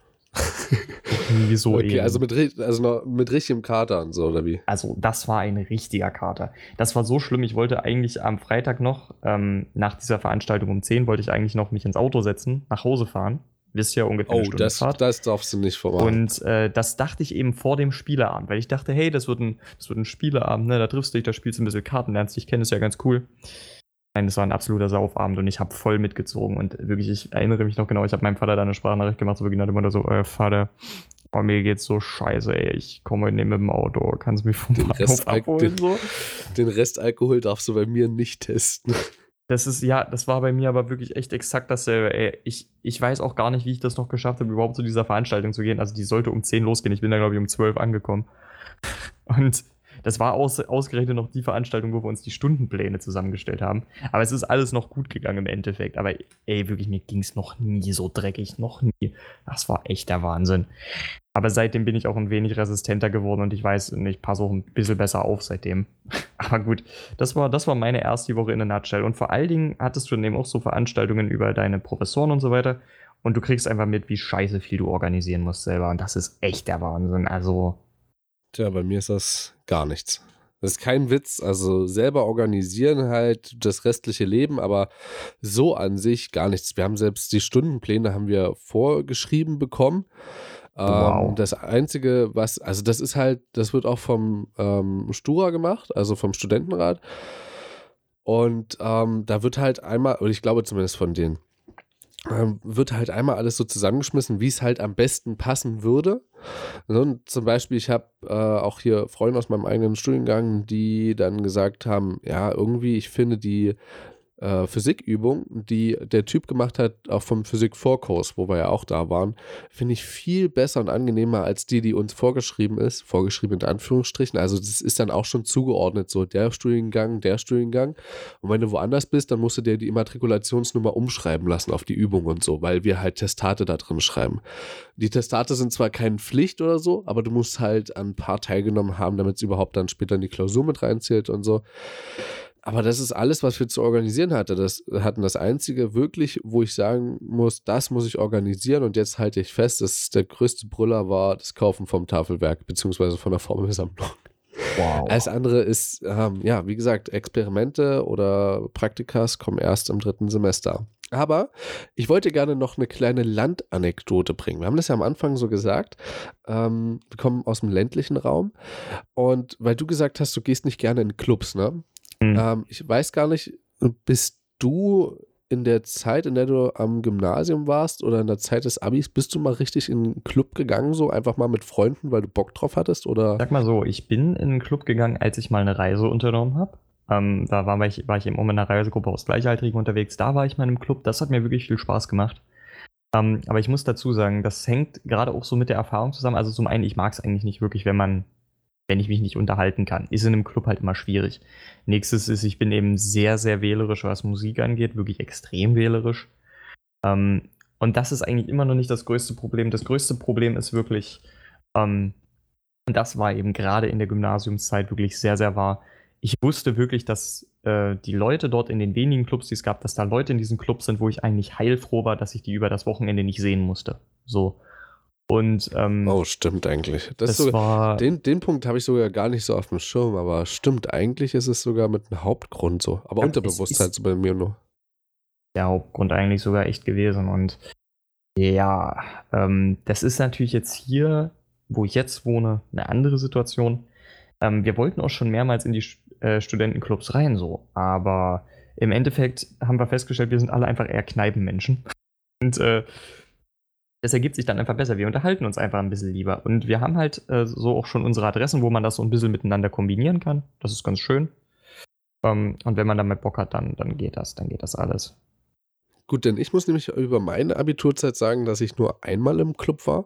Nie so okay, elend. also mit richtigem Kater und so, oder wie? Also das war ein richtiger Kater. Das war so schlimm, ich wollte eigentlich am Freitag noch, nach dieser Veranstaltung um 10, wollte ich eigentlich noch mich ins Auto setzen, nach Hause fahren. Wisst ihr, ungefähr eine Stunde Fahrt. Das darfst du nicht vermachen. Und das dachte ich eben vor dem Spieleabend, weil ich dachte, hey, das wird ein Spieleabend, ne? Da triffst du dich, da spielst du ein bisschen Karten, lernst dich kennen, ist ja ganz cool. Nein, das war ein absoluter Saufabend und ich habe voll mitgezogen und wirklich, ich erinnere mich noch genau, ich habe meinem Vater da eine Sprachnachricht gemacht, so beginnt immer so, Vater, oh, mir geht's so scheiße, ey, ich komme heute nicht mit dem Auto, kannst du mich vom Bahnhof abholen, so? Den Restalkohol darfst du bei mir nicht testen. Das war bei mir aber wirklich echt exakt dasselbe, ey. Ich weiß auch gar nicht, wie ich das noch geschafft habe, überhaupt zu dieser Veranstaltung zu gehen. Also die sollte um 10 losgehen. Ich bin da, glaube ich, um 12 angekommen. Und das war ausgerechnet noch die Veranstaltung, wo wir uns die Stundenpläne zusammengestellt haben. Aber es ist alles noch gut gegangen im Endeffekt. Aber ey, wirklich, mir ging es noch nie so dreckig. Noch nie. Das war echt der Wahnsinn. Aber seitdem bin ich auch ein wenig resistenter geworden und ich weiß, ich passe auch ein bisschen besser auf seitdem. Aber gut, das war meine erste Woche in a nutshell. Und vor allen Dingen hattest du dann eben auch so Veranstaltungen über deine Professoren und so weiter. Und du kriegst einfach mit, wie scheiße viel du organisieren musst selber. Und das ist echt der Wahnsinn. Also. Tja, bei mir ist das gar nichts. Das ist kein Witz, also selber organisieren halt das restliche Leben, aber so an sich gar nichts. Wir haben selbst die Stundenpläne haben wir vorgeschrieben bekommen. Wow. Das Einzige, also das ist halt, das wird auch vom Stura gemacht, also vom Studentenrat. Und da wird halt einmal, oder ich glaube zumindest von denen, wird halt einmal alles so zusammengeschmissen, wie es halt am besten passen würde. Und zum Beispiel, ich habe auch hier Freunde aus meinem eigenen Studiengang, die dann gesagt haben, ja, irgendwie, ich finde die Physikübung, die der Typ gemacht hat, auch vom Physik-Vorkurs, wo wir ja auch da waren, finde ich viel besser und angenehmer als die uns vorgeschrieben ist. Vorgeschrieben in Anführungsstrichen. Also das ist dann auch schon zugeordnet, so der Studiengang, der Studiengang. Und wenn du woanders bist, dann musst du dir die Immatrikulationsnummer umschreiben lassen auf die Übung und so, weil wir halt Testate da drin schreiben. Die Testate sind zwar keine Pflicht oder so, aber du musst halt an ein paar teilgenommen haben, damit es überhaupt dann später in die Klausur mit reinzählt und so. Aber das ist alles, was wir zu organisieren hatten. Das Einzige wirklich, wo ich sagen muss, das muss ich organisieren und jetzt halte ich fest, dass der größte Brüller war das Kaufen vom Tafelwerk, beziehungsweise von der Formelsammlung. Wow. Alles andere ist, ja, wie gesagt, Experimente oder Praktikas kommen erst im 3. Semester. Aber ich wollte gerne noch eine kleine Landanekdote bringen. Wir haben das ja am Anfang so gesagt. Wir kommen aus dem ländlichen Raum. Und weil du gesagt hast, du gehst nicht gerne in Clubs, ne? Ich weiß gar nicht, bist du in der Zeit, in der du am Gymnasium warst oder in der Zeit des Abis, bist du mal richtig in einen Club gegangen, so einfach mal mit Freunden, weil du Bock drauf hattest? Oder? Sag mal so, ich bin in einen Club gegangen, als ich mal eine Reise unternommen habe. Da war ich eben in einer Reisegruppe aus Gleichaltrigen unterwegs. Da war ich mal in einem Club. Das hat mir wirklich viel Spaß gemacht. Aber ich muss dazu sagen, das hängt gerade auch so mit der Erfahrung zusammen. Also zum einen, ich mag es eigentlich nicht wirklich, wenn ich mich nicht unterhalten kann. Ist in einem Club halt immer schwierig. Nächstes ist, ich bin eben sehr, sehr wählerisch, was Musik angeht. Wirklich extrem wählerisch. Und das ist eigentlich immer noch nicht das größte Problem. Das größte Problem ist wirklich, und das war eben gerade in der Gymnasiumszeit wirklich sehr, sehr wahr. Ich wusste wirklich, dass die Leute dort in den wenigen Clubs, die es gab, dass da Leute in diesen Clubs sind, wo ich eigentlich heilfroh war, dass ich die über das Wochenende nicht sehen musste. So. Und oh, stimmt eigentlich. war den Punkt habe ich sogar gar nicht so auf dem Schirm, aber stimmt, eigentlich ist es sogar mit einem Hauptgrund so. Aber Ja, unterbewusst halt so bei mir nur. der Hauptgrund eigentlich sogar echt gewesen. Und ja, das ist natürlich jetzt hier, wo ich jetzt wohne, eine andere Situation. Wir wollten auch schon mehrmals in die Studentenclubs rein, so. Aber im Endeffekt haben wir festgestellt, wir sind alle einfach eher Kneipenmenschen. Und das ergibt sich dann einfach besser. Wir unterhalten uns einfach ein bisschen lieber. Und wir haben halt so auch schon unsere Adressen, wo man das so ein bisschen miteinander kombinieren kann. Das ist ganz schön. Und wenn man damit Bock hat, dann geht das. Dann geht das alles. Gut, denn ich muss nämlich über meine Abiturzeit sagen, dass ich nur einmal im Club war.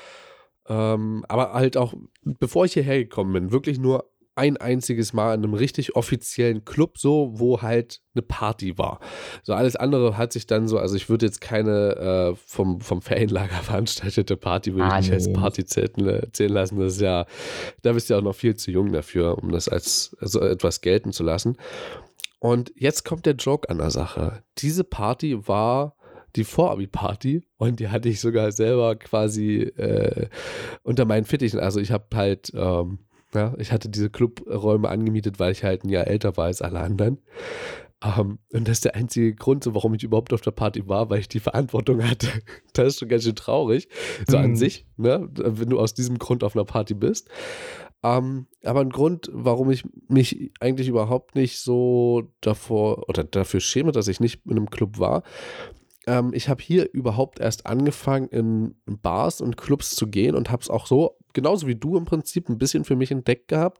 Aber halt auch, bevor ich hierher gekommen bin, wirklich nur ein einziges Mal in einem richtig offiziellen Club, so, wo halt eine Party war. So alles andere hat sich dann so, also ich würde jetzt keine vom Ferienlager veranstaltete Party, würde ich nicht als Party zählen lassen. Das ist ja, da bist du ja auch noch viel zu jung dafür, um das als so etwas gelten zu lassen. Und jetzt kommt der Joke an der Sache. Diese Party war die Vorabi-Party und die hatte ich sogar selber quasi unter meinen Fittichen. Also ich habe halt, ich hatte diese Clubräume angemietet, weil ich halt ein Jahr älter war als alle anderen. Und das ist der einzige Grund, so, warum ich überhaupt auf der Party war, weil ich die Verantwortung hatte. Das ist schon ganz schön traurig, so an sich, ne? Wenn du aus diesem Grund auf einer Party bist. Aber ein Grund, warum ich mich eigentlich überhaupt nicht so dafür schäme, dass ich nicht in einem Club war. Ich habe hier überhaupt erst angefangen, in Bars und Clubs zu gehen und habe es auch so, genauso wie du im Prinzip, ein bisschen für mich entdeckt gehabt.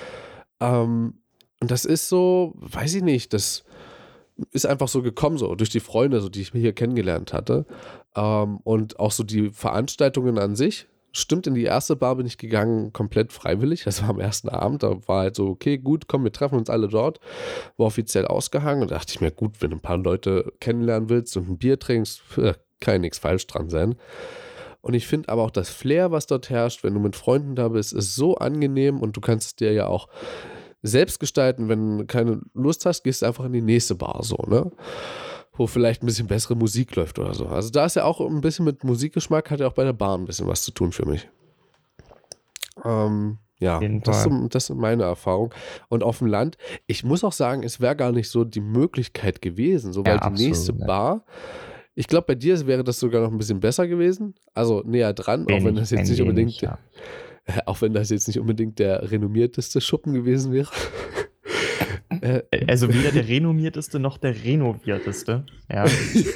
Und das ist so, weiß ich nicht, das ist einfach so gekommen, so durch die Freunde, so die ich hier kennengelernt hatte. Und auch so die Veranstaltungen an sich. Stimmt, in die erste Bar bin ich gegangen, komplett freiwillig. Das war am ersten Abend. Da war halt so, okay, gut, komm, wir treffen uns alle dort. War offiziell ausgehangen. Und da dachte ich mir, gut, wenn du ein paar Leute kennenlernen willst und ein Bier trinkst, kann ja nichts falsch dran sein. Und ich finde aber auch das Flair, was dort herrscht, wenn du mit Freunden da bist, ist so angenehm und du kannst es dir ja auch selbst gestalten. Wenn du keine Lust hast, gehst du einfach in die nächste Bar, so, ne? Wo vielleicht ein bisschen bessere Musik läuft oder so. Also da ist ja auch ein bisschen mit Musikgeschmack, hat ja auch bei der Bar ein bisschen was zu tun für mich. Ja, jeden das Fall. das ist meine Erfahrung. Und auf dem Land, ich muss auch sagen, es wäre gar nicht so die Möglichkeit gewesen, so, weil Ja, die nächste absolut. Ne? Bar, ich glaube, bei dir wäre das sogar noch ein bisschen besser gewesen, also näher dran, auch wenn das jetzt Ein nicht wenig, unbedingt, ja. auch wenn das jetzt nicht unbedingt der renommierteste Schuppen gewesen wäre. äh, Also weder der renommierteste noch der renovierteste. Ja.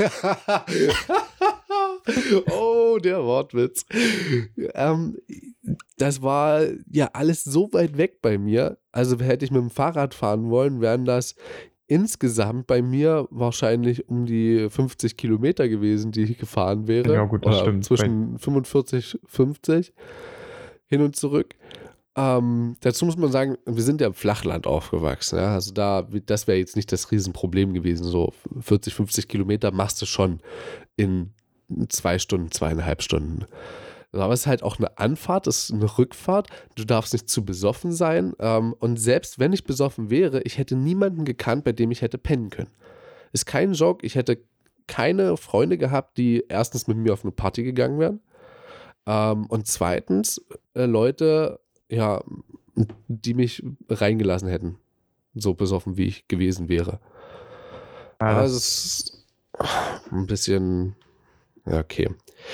Oh, der Wortwitz. Ähm, Das war ja alles so weit weg bei mir. Also hätte ich mit dem Fahrrad fahren wollen, wären das insgesamt bei mir wahrscheinlich um die 50 Kilometer gewesen, die ich gefahren Ja, wäre. gut, das Oder stimmt. zwischen 45, 50 hin und zurück. Dazu muss man sagen, wir sind ja im Flachland aufgewachsen. Ja? Also das wäre jetzt nicht das Riesenproblem gewesen. So 40, 50 Kilometer machst du schon in 2 Stunden, 2,5 Stunden. Aber es ist halt auch eine Anfahrt, es ist eine Rückfahrt. Du darfst nicht zu besoffen sein. Und selbst wenn ich besoffen wäre, ich hätte niemanden gekannt, bei dem ich hätte pennen können. Ist kein Joke. Ich hätte keine Freunde gehabt, die erstens mit mir auf eine Party gegangen wären. Und zweitens Leute, ja, die mich reingelassen hätten. So besoffen, wie ich gewesen wäre. Ja, Das ist ein bisschen, ja, okay.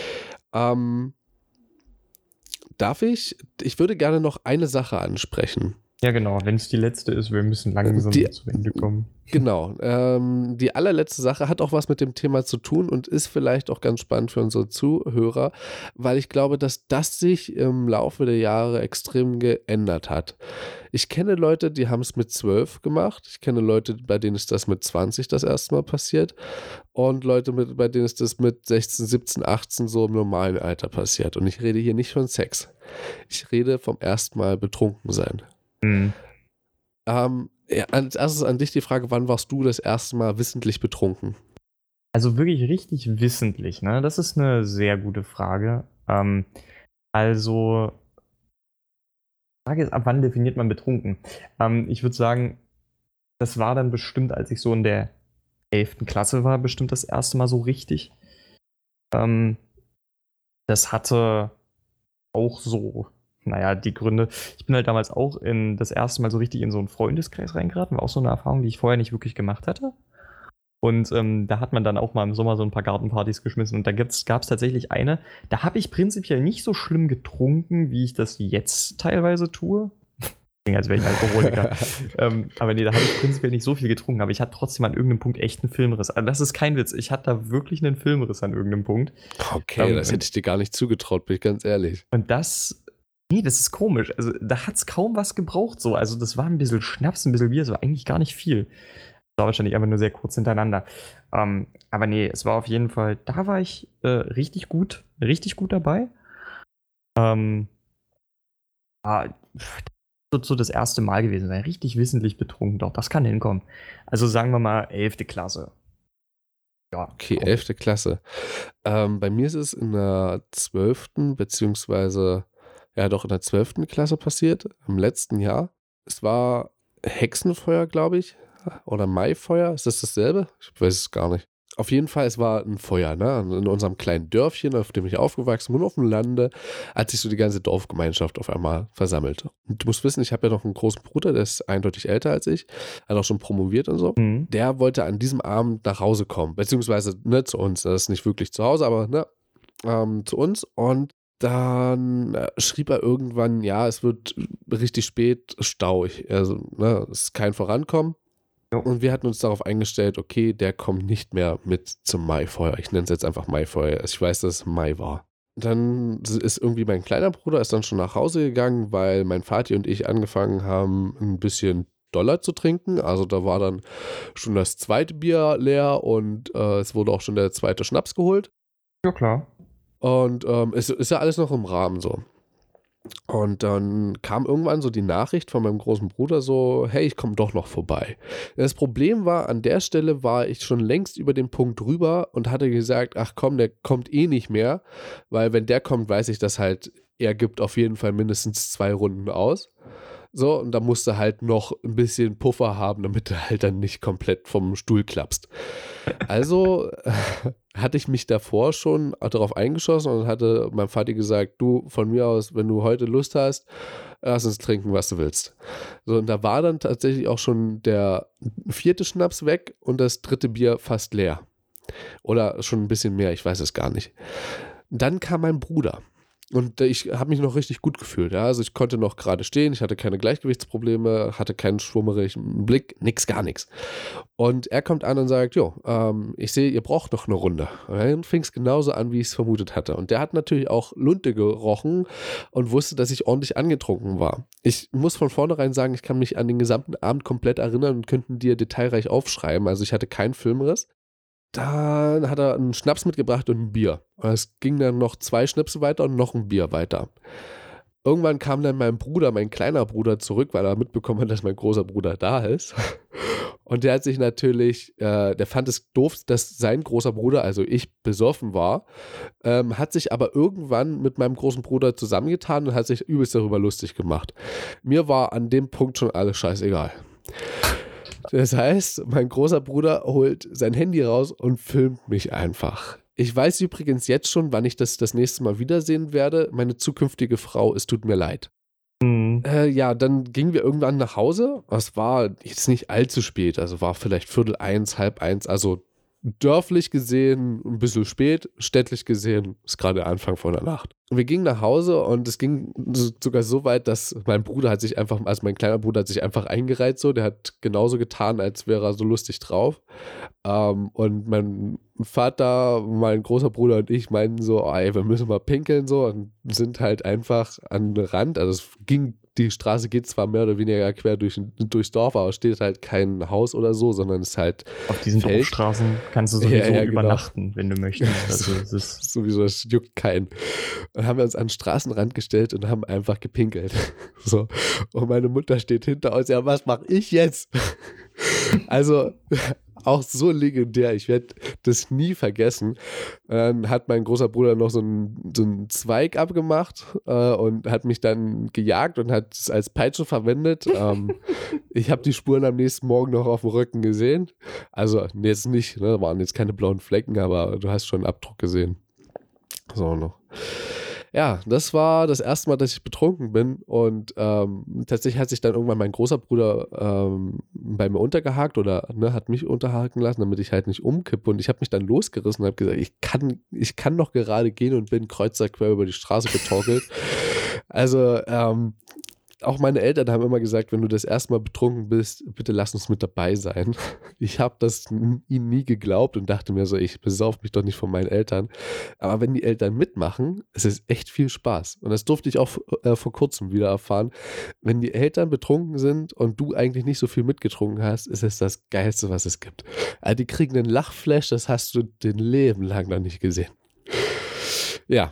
Ich würde gerne noch eine Sache ansprechen. ja, genau. Wenn es die letzte ist, wir müssen langsam zu Ende kommen. Genau. Die allerletzte Sache hat auch was mit dem Thema zu tun und ist vielleicht auch ganz spannend für unsere Zuhörer, weil ich glaube, dass das sich im Laufe der Jahre extrem geändert hat. Ich kenne Leute, die haben es mit 12 gemacht. Ich kenne Leute, bei denen ist das mit 20 das erste Mal passiert. Und Leute, bei denen ist das mit 16, 17, 18 so im normalen Alter passiert. Und ich rede hier nicht von Sex. Ich rede vom ersten Mal betrunken sein. Mhm. Ja, als erstes an dich die Frage, wann warst du das erste Mal wissentlich betrunken? Also wirklich richtig wissentlich, ne? Das ist eine sehr gute Frage. Also, die Frage ist, ab wann definiert man betrunken? Ich würde sagen, das war dann bestimmt, als ich so in der 11. Klasse war, bestimmt das erste Mal so richtig. Das hatte auch so, naja, die Gründe. Ich bin halt damals auch das erste Mal so richtig in so einen Freundeskreis reingeraten. War auch so eine Erfahrung, die ich vorher nicht wirklich gemacht hatte. Und da hat man dann auch mal im Sommer so ein paar Gartenpartys geschmissen. Und da gab es tatsächlich eine, da habe ich prinzipiell nicht so schlimm getrunken, wie ich das jetzt teilweise tue. Als wäre ich Alkoholiker. Aber nee, da habe ich prinzipiell nicht so viel getrunken. Aber ich hatte trotzdem an irgendeinem Punkt echt einen Filmriss. Also das ist kein Witz. Ich hatte da wirklich einen Filmriss an irgendeinem Punkt. Okay, das hätte ich dir gar nicht zugetraut, bin ich ganz ehrlich. Und nee, das ist komisch. Also da hat es kaum was gebraucht so. Also das war ein bisschen Schnaps, ein bisschen Bier, so eigentlich gar nicht viel. Das war wahrscheinlich einfach nur sehr kurz hintereinander. Aber nee, es war auf jeden Fall, da war ich richtig gut dabei. So das erste Mal gewesen sein. Richtig wissentlich betrunken, doch, das kann hinkommen. Also sagen wir mal 11. Klasse. Ja. Okay, 11. Klasse. Bei mir ist es in der 12. beziehungsweise, ja doch in der 12. Klasse passiert, im letzten Jahr. Es war Hexenfeuer, glaube ich, oder Maifeuer, ist das dasselbe? Ich weiß es gar nicht. Auf jeden Fall, es war ein Feuer, ne? In unserem kleinen Dörfchen, auf dem ich aufgewachsen bin, auf dem Lande, hat sich so die ganze Dorfgemeinschaft auf einmal versammelt. Und du musst wissen, ich habe ja noch einen großen Bruder, der ist eindeutig älter als ich, hat auch schon promoviert und so. Mhm. Der wollte an diesem Abend nach Hause kommen, beziehungsweise ne, zu uns. Das ist nicht wirklich zu Hause, aber ne, zu uns. Und dann schrieb er irgendwann, ja, es wird richtig spät, Stau. Also, ne, es ist kein Vorankommen. Jo. Und wir hatten uns darauf eingestellt, okay, der kommt nicht mehr mit zum Maifeuer. Ich nenne es jetzt einfach Maifeuer. Ich weiß, dass es Mai war. Dann ist irgendwie mein kleiner Bruder ist dann schon nach Hause gegangen, weil mein Vati und ich angefangen haben, ein bisschen Dollar zu trinken. Also da war dann schon das zweite Bier leer und es wurde auch schon der zweite Schnaps geholt. Ja, klar. Und es ist ja alles noch im Rahmen so. Und dann kam irgendwann so die Nachricht von meinem großen Bruder so, hey, ich komme doch noch vorbei. Das Problem war, an der Stelle war ich schon längst über den Punkt rüber und hatte gesagt, ach komm, der kommt eh nicht mehr, weil wenn der kommt, weiß ich, dass halt, er gibt auf jeden Fall mindestens 2 Runden aus. So, und da musst du halt noch ein bisschen Puffer haben, damit du halt dann nicht komplett vom Stuhl klappst. Also hatte ich mich davor schon darauf eingeschossen und hatte meinem Vati gesagt, du, von mir aus, wenn du heute Lust hast, lass uns trinken, was du willst. So, und da war dann tatsächlich auch schon der 4. Schnaps weg und das 3. Bier fast leer. Oder schon ein bisschen mehr, ich weiß es gar nicht. Dann kam mein Bruder. Und ich habe mich noch richtig gut gefühlt. Ja? Also ich konnte noch gerade stehen, ich hatte keine Gleichgewichtsprobleme, hatte keinen schwummerigen Blick, gar nichts. Und er kommt an und sagt, jo, ich sehe, ihr braucht noch eine Runde. Und dann fing es genauso an, wie ich es vermutet hatte. Und der hat natürlich auch Lunte gerochen und wusste, dass ich ordentlich angetrunken war. Ich muss von vornherein sagen, ich kann mich an den gesamten Abend komplett erinnern und könnten dir detailreich aufschreiben. Also ich hatte keinen Filmriss. Dann hat er einen Schnaps mitgebracht und ein Bier. Und es ging dann noch 2 Schnäpse weiter und noch ein Bier weiter. Irgendwann kam dann mein Bruder, mein kleiner Bruder, zurück, weil er mitbekommen hat, dass mein großer Bruder da ist. Und der hat sich natürlich, der fand es doof, dass sein großer Bruder, also ich, besoffen war, hat sich aber irgendwann mit meinem großen Bruder zusammengetan und hat sich übelst darüber lustig gemacht. Mir war an dem Punkt schon alles scheißegal. Das heißt, mein großer Bruder holt sein Handy raus und filmt mich einfach. Ich weiß übrigens jetzt schon, wann ich das nächste Mal wiedersehen werde. Meine zukünftige Frau, es tut mir leid. Ja, dann gingen wir irgendwann nach Hause. Es war jetzt nicht allzu spät, also war vielleicht 12:45, 12:30, also dörflich gesehen ein bisschen spät, städtlich gesehen ist gerade der Anfang von der Nacht. Wir gingen nach Hause und es ging sogar so weit, dass mein kleiner Bruder hat sich einfach eingereiht so, der hat genauso getan, als wäre er so lustig drauf. Und mein Vater, mein großer Bruder und ich meinten so, oh, ey, wir müssen mal pinkeln so und sind halt einfach an den Rand, also die Straße geht zwar mehr oder weniger quer durchs Dorf, aber es steht halt kein Haus oder so, sondern es ist halt auf diesen Feld. Dorfstraßen kannst du sowieso übernachten, wenn du möchtest. Also es ist sowieso, das juckt keinen. Dann haben wir uns an den Straßenrand gestellt und haben einfach gepinkelt. So. Und meine Mutter steht hinter uns, ja, was mache ich jetzt? Also auch so legendär, ich werde das nie vergessen. Dann hat mein großer Bruder noch so einen Zweig abgemacht und hat mich dann gejagt und hat es als Peitsche verwendet. Ich habe die Spuren am nächsten Morgen noch auf dem Rücken gesehen. Also jetzt nicht, ne, waren jetzt keine blauen Flecken, aber du hast schon einen Abdruck gesehen. So noch. Ja, das war das erste Mal, dass ich betrunken bin und tatsächlich hat sich dann irgendwann mein großer Bruder bei mir untergehakt oder hat mich unterhaken lassen, damit ich halt nicht umkippe und ich habe mich dann losgerissen und habe gesagt, ich kann noch gerade gehen und bin kreuzerquer über die Straße getorkelt. Also auch meine Eltern haben immer gesagt, wenn du das erste Mal betrunken bist, bitte lass uns mit dabei sein. Ich habe das ihnen nie geglaubt und dachte mir so, ich besauf mich doch nicht von meinen Eltern. Aber wenn die Eltern mitmachen, es ist echt viel Spaß. Und das durfte ich auch vor kurzem wieder erfahren. Wenn die Eltern betrunken sind und du eigentlich nicht so viel mitgetrunken hast, ist es das Geilste, was es gibt. Also die kriegen einen Lachflash, das hast du den Leben lang noch nicht gesehen. Ja.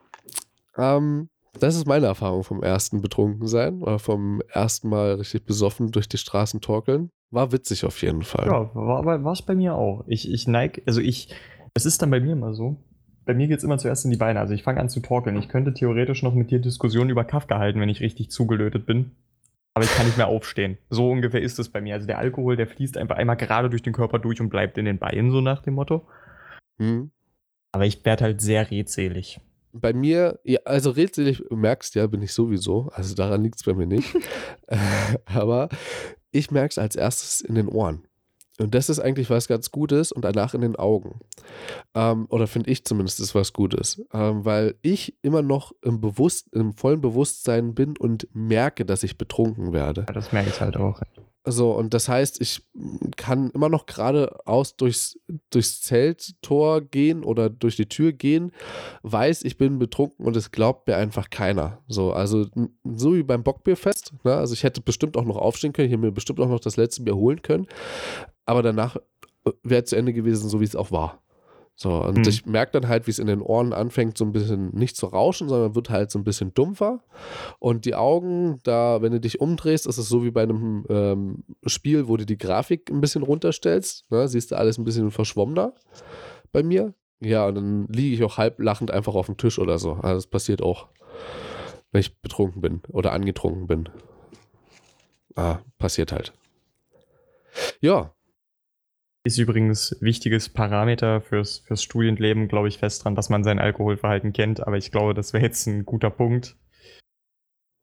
Das ist meine Erfahrung vom ersten Betrunkensein oder vom ersten Mal richtig besoffen durch die Straßen torkeln. War witzig auf jeden Fall. Ja, war es bei mir auch. Es ist dann bei mir immer so. Bei mir geht es immer zuerst in die Beine. Also ich fange an zu torkeln. Ich könnte theoretisch noch mit dir Diskussionen über Kafka halten, wenn ich richtig zugelötet bin. Aber ich kann nicht mehr aufstehen. So ungefähr ist es bei mir. Also der Alkohol, der fließt einfach einmal gerade durch den Körper durch und bleibt in den Beinen, so nach dem Motto. Aber ich werde halt sehr redselig. Bei mir, ja, also redselig, du merkst ja, bin ich sowieso, also daran liegt es bei mir nicht. Aber ich merke es als erstes in den Ohren. Und das ist eigentlich was ganz Gutes und danach in den Augen. Oder finde ich zumindest, ist was Gutes. Weil ich immer noch im vollen Bewusstsein bin und merke, dass ich betrunken werde. Ja, das merke ich halt auch. So, und das heißt, ich kann immer noch geradeaus durchs Zelttor gehen oder durch die Tür gehen, weiß, ich bin betrunken und es glaubt mir einfach keiner. So, also so wie beim Bockbierfest, ne? Also ich hätte bestimmt auch noch aufstehen können, ich hätte mir bestimmt auch noch das letzte Bier holen können, aber danach wäre zu Ende gewesen, so wie es auch war. So, und ich merke dann halt, wie es in den Ohren anfängt, so ein bisschen nicht zu rauschen, sondern wird halt so ein bisschen dumpfer. Und die Augen, da, wenn du dich umdrehst, ist es so wie bei einem Spiel, wo du die Grafik ein bisschen runterstellst. Ne? Siehst du alles ein bisschen verschwommener bei mir. Ja, und dann liege ich auch halb lachend einfach auf dem Tisch oder so. Also das passiert auch, wenn ich betrunken bin oder angetrunken bin. Passiert halt. Ja. Ist übrigens wichtiges Parameter fürs Studienleben, glaube ich, fest dran, dass man sein Alkoholverhalten kennt. Aber ich glaube, das wäre jetzt ein guter Punkt.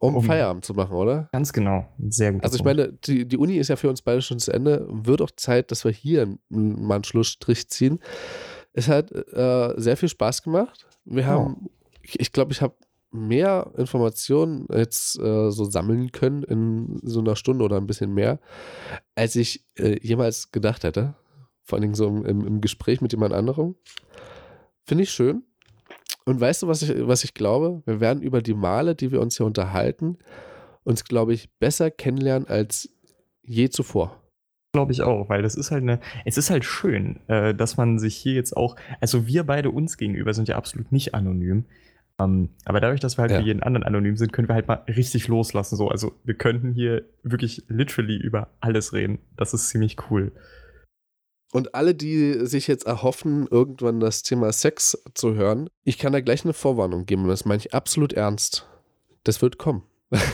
um Feierabend zu machen, oder? Ganz genau. Sehr gut. Also ich meine, die Uni ist ja für uns beide schon zu Ende. Wird auch Zeit, dass wir hier mal einen Schlussstrich ziehen. Es hat sehr viel Spaß gemacht. Wir haben, ich glaube, ich habe mehr Informationen jetzt so sammeln können in so einer Stunde oder ein bisschen mehr, als ich jemals gedacht hätte. Vor allen Dingen so im Gespräch mit jemand anderem. Finde ich schön. Und weißt du, was ich glaube? Wir werden über die Male, die wir uns hier unterhalten, uns, glaube ich, besser kennenlernen als je zuvor. Glaube ich auch, weil das ist halt es ist halt schön, dass man sich hier jetzt auch, also wir beide uns gegenüber sind ja absolut nicht anonym, aber dadurch, dass wir halt für jeden anderen anonym sind, können wir halt mal richtig loslassen, so, also wir könnten hier wirklich literally über alles reden, das ist ziemlich cool. Und alle, die sich jetzt erhoffen, irgendwann das Thema Sex zu hören, ich kann da gleich eine Vorwarnung geben und das meine ich absolut ernst. Das wird kommen.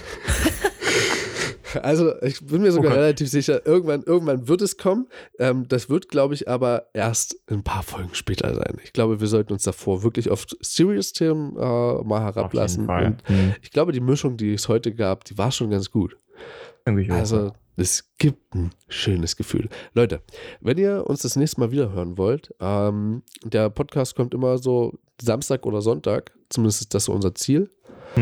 Also ich bin mir sogar relativ sicher, irgendwann wird es kommen. Das wird, glaube ich, aber erst ein paar Folgen später sein. Ich glaube, wir sollten uns davor wirklich auf Serious-Themen mal herablassen. Und ich glaube, die Mischung, die es heute gab, die war schon ganz gut. Also es gibt ein schönes Gefühl. Leute, wenn ihr uns das nächste Mal wieder hören wollt, der Podcast kommt immer so Samstag oder Sonntag. Zumindest ist das so unser Ziel.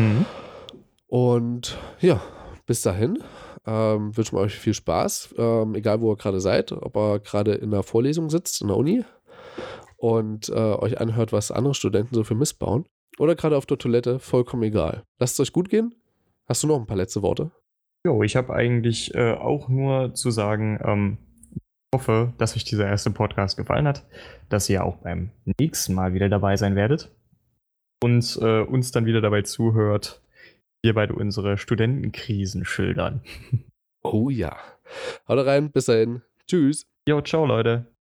Und ja, bis dahin wünschen wir euch viel Spaß, egal wo ihr gerade seid, ob ihr gerade in der Vorlesung sitzt, in der Uni und euch anhört, was andere Studenten so für Mist bauen oder gerade auf der Toilette, vollkommen egal. Lasst es euch gut gehen. Hast du noch ein paar letzte Worte? Jo, ich habe eigentlich auch nur zu sagen, ich hoffe, dass euch dieser erste Podcast gefallen hat, dass ihr auch beim nächsten Mal wieder dabei sein werdet und uns dann wieder dabei zuhört, wir beide unsere Studentenkrisen schildern. Oh ja. Haut rein, bis dahin. Tschüss. Jo, ciao Leute.